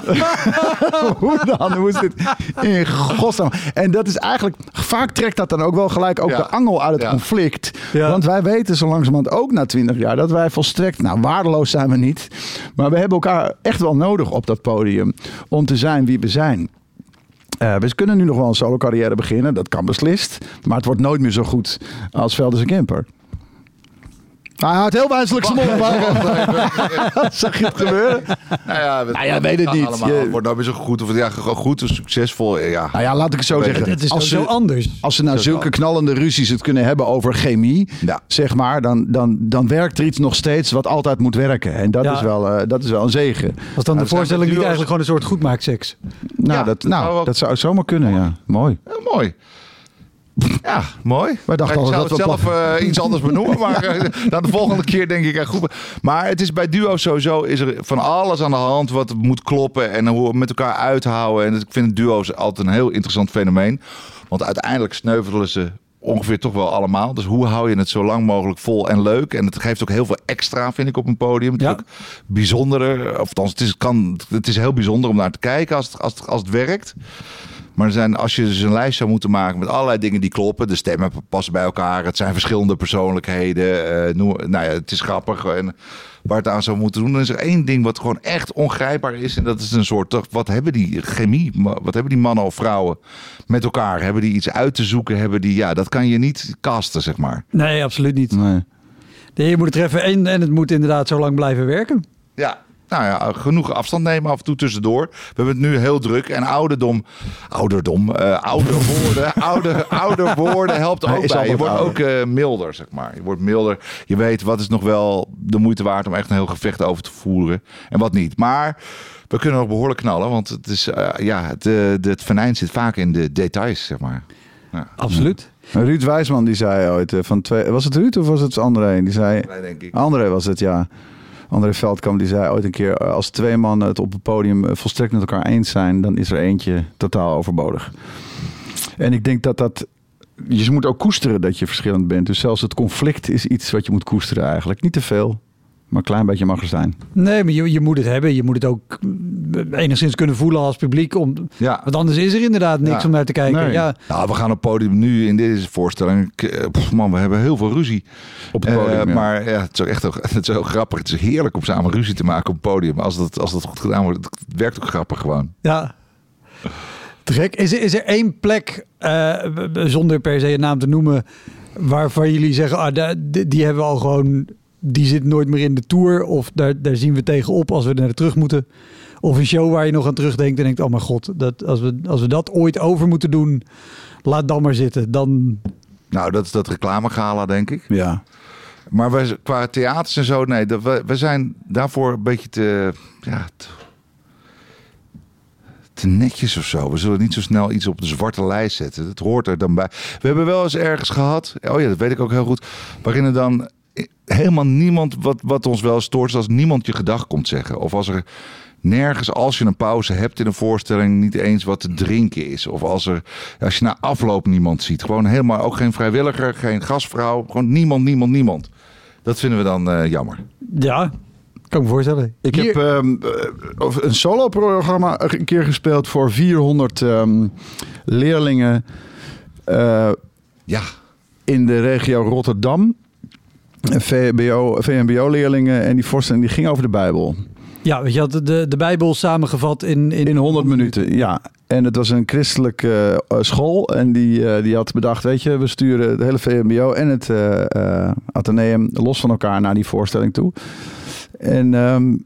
hoe dan? Hoe is dit? In godsnaam. En dat is eigenlijk... Vaak trekt dat dan ook wel gelijk ook ja. de angel uit het ja. conflict. Ja. Want wij weten zo langzamerhand ook na twintig jaar... dat wij volstrekt... Nou, waardeloos zijn we niet. Maar we hebben elkaar echt wel nodig op dat podium. Om te zijn wie we zijn. Uh, we kunnen nu nog wel een solo carrière beginnen. Dat kan beslist. Maar het wordt nooit meer zo goed als Velders en Kemper. Hij houdt heel wijselijk zijn mond. Zag je het gebeuren? Nou ja, nou ja weet het niet. Allemaal, je... Het wordt nou weer zo goed. Of ja, goed of succesvol. Ja. Nou ja, laat ik het zo zeggen. Het is als zo ze, anders. Als ze nou zulke knallende ruzies het kunnen hebben over chemie, ja. zeg maar, dan, dan, dan werkt er iets nog steeds wat altijd moet werken. En dat, ja. is, wel, uh, dat is wel een zegen. Was dan nou, de voorstelling niet eigenlijk gewoon een soort goedmaakseks? Nou, ja, dat, nou dat, dat zou zomaar kunnen, ja. Mooi. Ja, mooi. Ja, mooi. Wij dachten ik al zou dat het we zelf uh, iets anders benoemen, maar uh, dan de volgende keer denk ik uh, goed. Maar het is bij duo's sowieso is er van alles aan de hand wat moet kloppen en hoe we met elkaar uithouden. En ik vind duo's altijd een heel interessant fenomeen, want uiteindelijk sneuvelen ze ongeveer toch wel allemaal. Dus hoe hou je het zo lang mogelijk vol en leuk? En het geeft ook heel veel extra, vind ik, op een podium. Het is ja. ook bijzonder. Of althans, het is, kan, het is heel bijzonder om naar te kijken als het, als het, als het werkt. Maar er zijn, als je dus een lijst zou moeten maken met allerlei dingen die kloppen. De stemmen passen bij elkaar. Het zijn verschillende persoonlijkheden. Uh, noem, nou ja, het is grappig. En waar het aan zou moeten doen. Dan is er één ding wat gewoon echt ongrijpbaar is. En dat is een soort, wat hebben die chemie? Wat hebben die mannen of vrouwen met elkaar? Hebben die iets uit te zoeken? Hebben die, ja, dat kan je niet casten, zeg maar. Nee, absoluut niet. Nee. Nee, je moet het treffen en, en het moet inderdaad zo lang blijven werken. Ja. Nou ja, genoeg afstand nemen af en toe tussendoor. We hebben het nu heel druk. En ouderdom, ouderdom, uh, ouder woorden, ouder, ouder woorden helpt ook bij. Je wordt ouder. ook uh, milder, zeg maar. Je wordt milder. Je weet wat is nog wel de moeite waard om echt een heel gevecht over te voeren. En wat niet. Maar we kunnen nog behoorlijk knallen. Want het is, uh, ja, het, uh, het venijn zit vaak in de details, zeg maar. Ja. Absoluut. Ruud Wijsman die zei ooit, van twee, was het Ruud of was het André? Die zei, nee, denk ik. André was het, ja. André Veldkamp die zei ooit een keer, als twee mannen het op het podium volstrekt met elkaar eens zijn, dan is er eentje totaal overbodig. En ik denk dat dat, je moet ook koesteren dat je verschillend bent. Dus zelfs het conflict is iets wat je moet koesteren eigenlijk. Niet te veel, maar een klein beetje mag er zijn. Nee, maar je, je moet het hebben. Je moet het ook enigszins kunnen voelen als publiek. Om, ja. Want anders is er inderdaad niks ja. om naar te kijken. Nee. Ja. Nou, we gaan op het podium nu in deze voorstelling. Pff, man, we hebben heel veel ruzie. Op het podium, uh, ja. Maar ja, het is ook echt het is heel grappig. Het is heerlijk om samen ruzie te maken op het podium. Als dat, als dat goed gedaan wordt, het werkt ook grappig gewoon. Ja. Te gek. Is er, is er één plek, uh, zonder per se een naam te noemen, waarvan jullie zeggen, ah, die, die hebben we al gewoon, die zit nooit meer in de tour, of daar, daar zien we tegenop als we naar terug moeten? Of een show waar je nog aan terugdenkt en denkt, oh mijn god, dat, als, we, als we dat ooit over moeten doen, laat dan maar zitten. Dan... Nou, dat is dat reclamegala, denk ik. Ja. Maar we, qua theaters en zo, nee, dat, we, we zijn daarvoor een beetje te, ja, te, te netjes of zo. We zullen niet zo snel iets op de zwarte lijst zetten. Dat hoort er dan bij. We hebben wel eens ergens gehad, oh ja, dat weet ik ook heel goed, waarin er dan helemaal niemand, wat, wat ons wel stoort, is als niemand je gedag komt zeggen. Of als er nergens, als je een pauze hebt in een voorstelling, niet eens wat te drinken is. Of als er, als je na afloop niemand ziet. Gewoon helemaal, ook geen vrijwilliger, geen gastvrouw. Gewoon niemand, niemand, niemand. Dat vinden we dan uh, jammer. Ja, kan ik me voorstellen. Ik Hier. heb um, een solo-programma een keer gespeeld voor vierhonderd um, leerlingen uh, ja. in de regio Rotterdam. V M B O-leerlingen en die voorstelling die ging over de Bijbel. Ja, je had de, de Bijbel samengevat in... In, in honderd minuten, ja. En het was een christelijke uh, school. En die, uh, die had bedacht, weet je, we sturen het hele V M B O en het uh, uh, Atheneum los van elkaar naar die voorstelling toe. En um,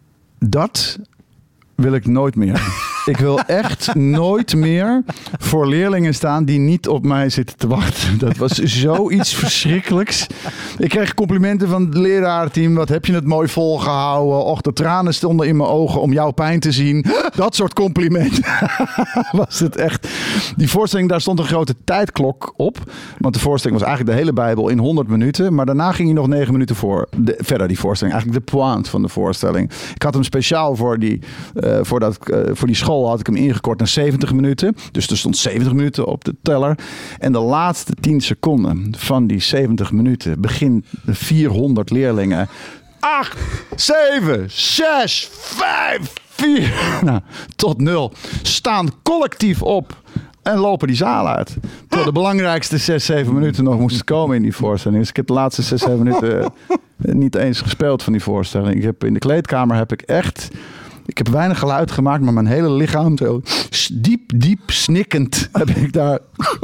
dat wil ik nooit meer. Ik wil echt nooit meer voor leerlingen staan die niet op mij zitten te wachten. Dat was zoiets verschrikkelijks. Ik kreeg complimenten van het leraarteam. Wat heb je het mooi volgehouden. Och, de tranen stonden in mijn ogen om jouw pijn te zien. Dat soort complimenten was het echt. Die voorstelling, daar stond een grote tijdklok op. Want de voorstelling was eigenlijk de hele Bijbel in honderd minuten. Maar daarna ging hij nog negen minuten voor. De, verder die voorstelling. Eigenlijk de pointe van de voorstelling. Ik had hem speciaal voor die, uh, voor dat, uh, voor die school had ik hem ingekort naar zeventig minuten. Dus er stond zeventig minuten op de teller. En de laatste tien seconden van die zeventig minuten begint de vierhonderd leerlingen. acht, zeven, zes, vijf, vier, nou, tot nul. Staan collectief op en lopen die zaal uit. Terwijl de belangrijkste zes, zeven minuten nog moesten komen in die voorstelling. Dus ik heb de laatste zes, zeven minuten niet eens gespeeld van die voorstelling. Ik heb in de kleedkamer heb ik echt... Ik heb weinig geluid gemaakt, maar mijn hele lichaam zo diep, diep snikkend heb ik daar...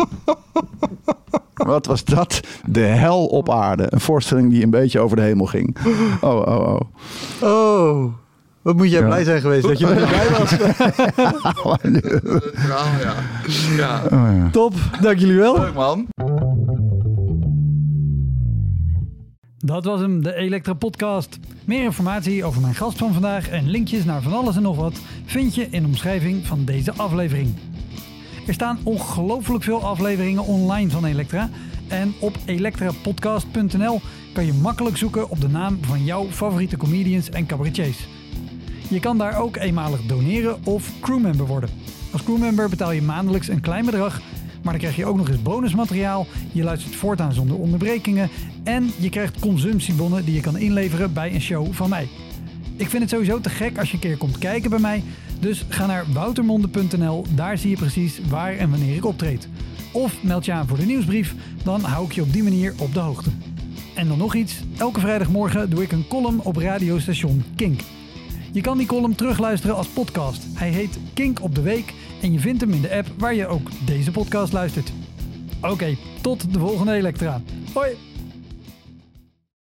Wat was dat? De hel op aarde. Een voorstelling die een beetje over de hemel ging. Oh, oh, oh. Oh, wat moet jij ja. blij zijn geweest dat je er erbij was. ja. Ja. Oh, ja. Top, dank jullie wel. Leuk man. Dat was hem, de Elektra Podcast. Meer informatie over mijn gast van vandaag en linkjes naar van alles en nog wat vind je in de omschrijving van deze aflevering. Er staan ongelooflijk veel afleveringen online van Elektra en op elektrapodcast punt n l kan je makkelijk zoeken op de naam van jouw favoriete comedians en cabaretiers. Je kan daar ook eenmalig doneren of crewmember worden. Als crewmember betaal je maandelijks een klein bedrag, Maar dan krijg je ook nog eens bonusmateriaal. Je luistert voortaan zonder onderbrekingen. En je krijgt consumptiebonnen die je kan inleveren bij een show van mij. Ik vind het sowieso te gek als je een keer komt kijken bij mij. Dus ga naar woutermonde punt n l. Daar zie je precies waar en wanneer ik optreed. Of meld je aan voor de nieuwsbrief. Dan hou ik je op die manier op de hoogte. En dan nog iets. Elke vrijdagmorgen doe ik een column op radiostation Kink. Je kan die column terugluisteren als podcast. Hij heet Kink op de Week en je vindt hem in de app waar je ook deze podcast luistert. Oké, tot de volgende Elektra. Hoi!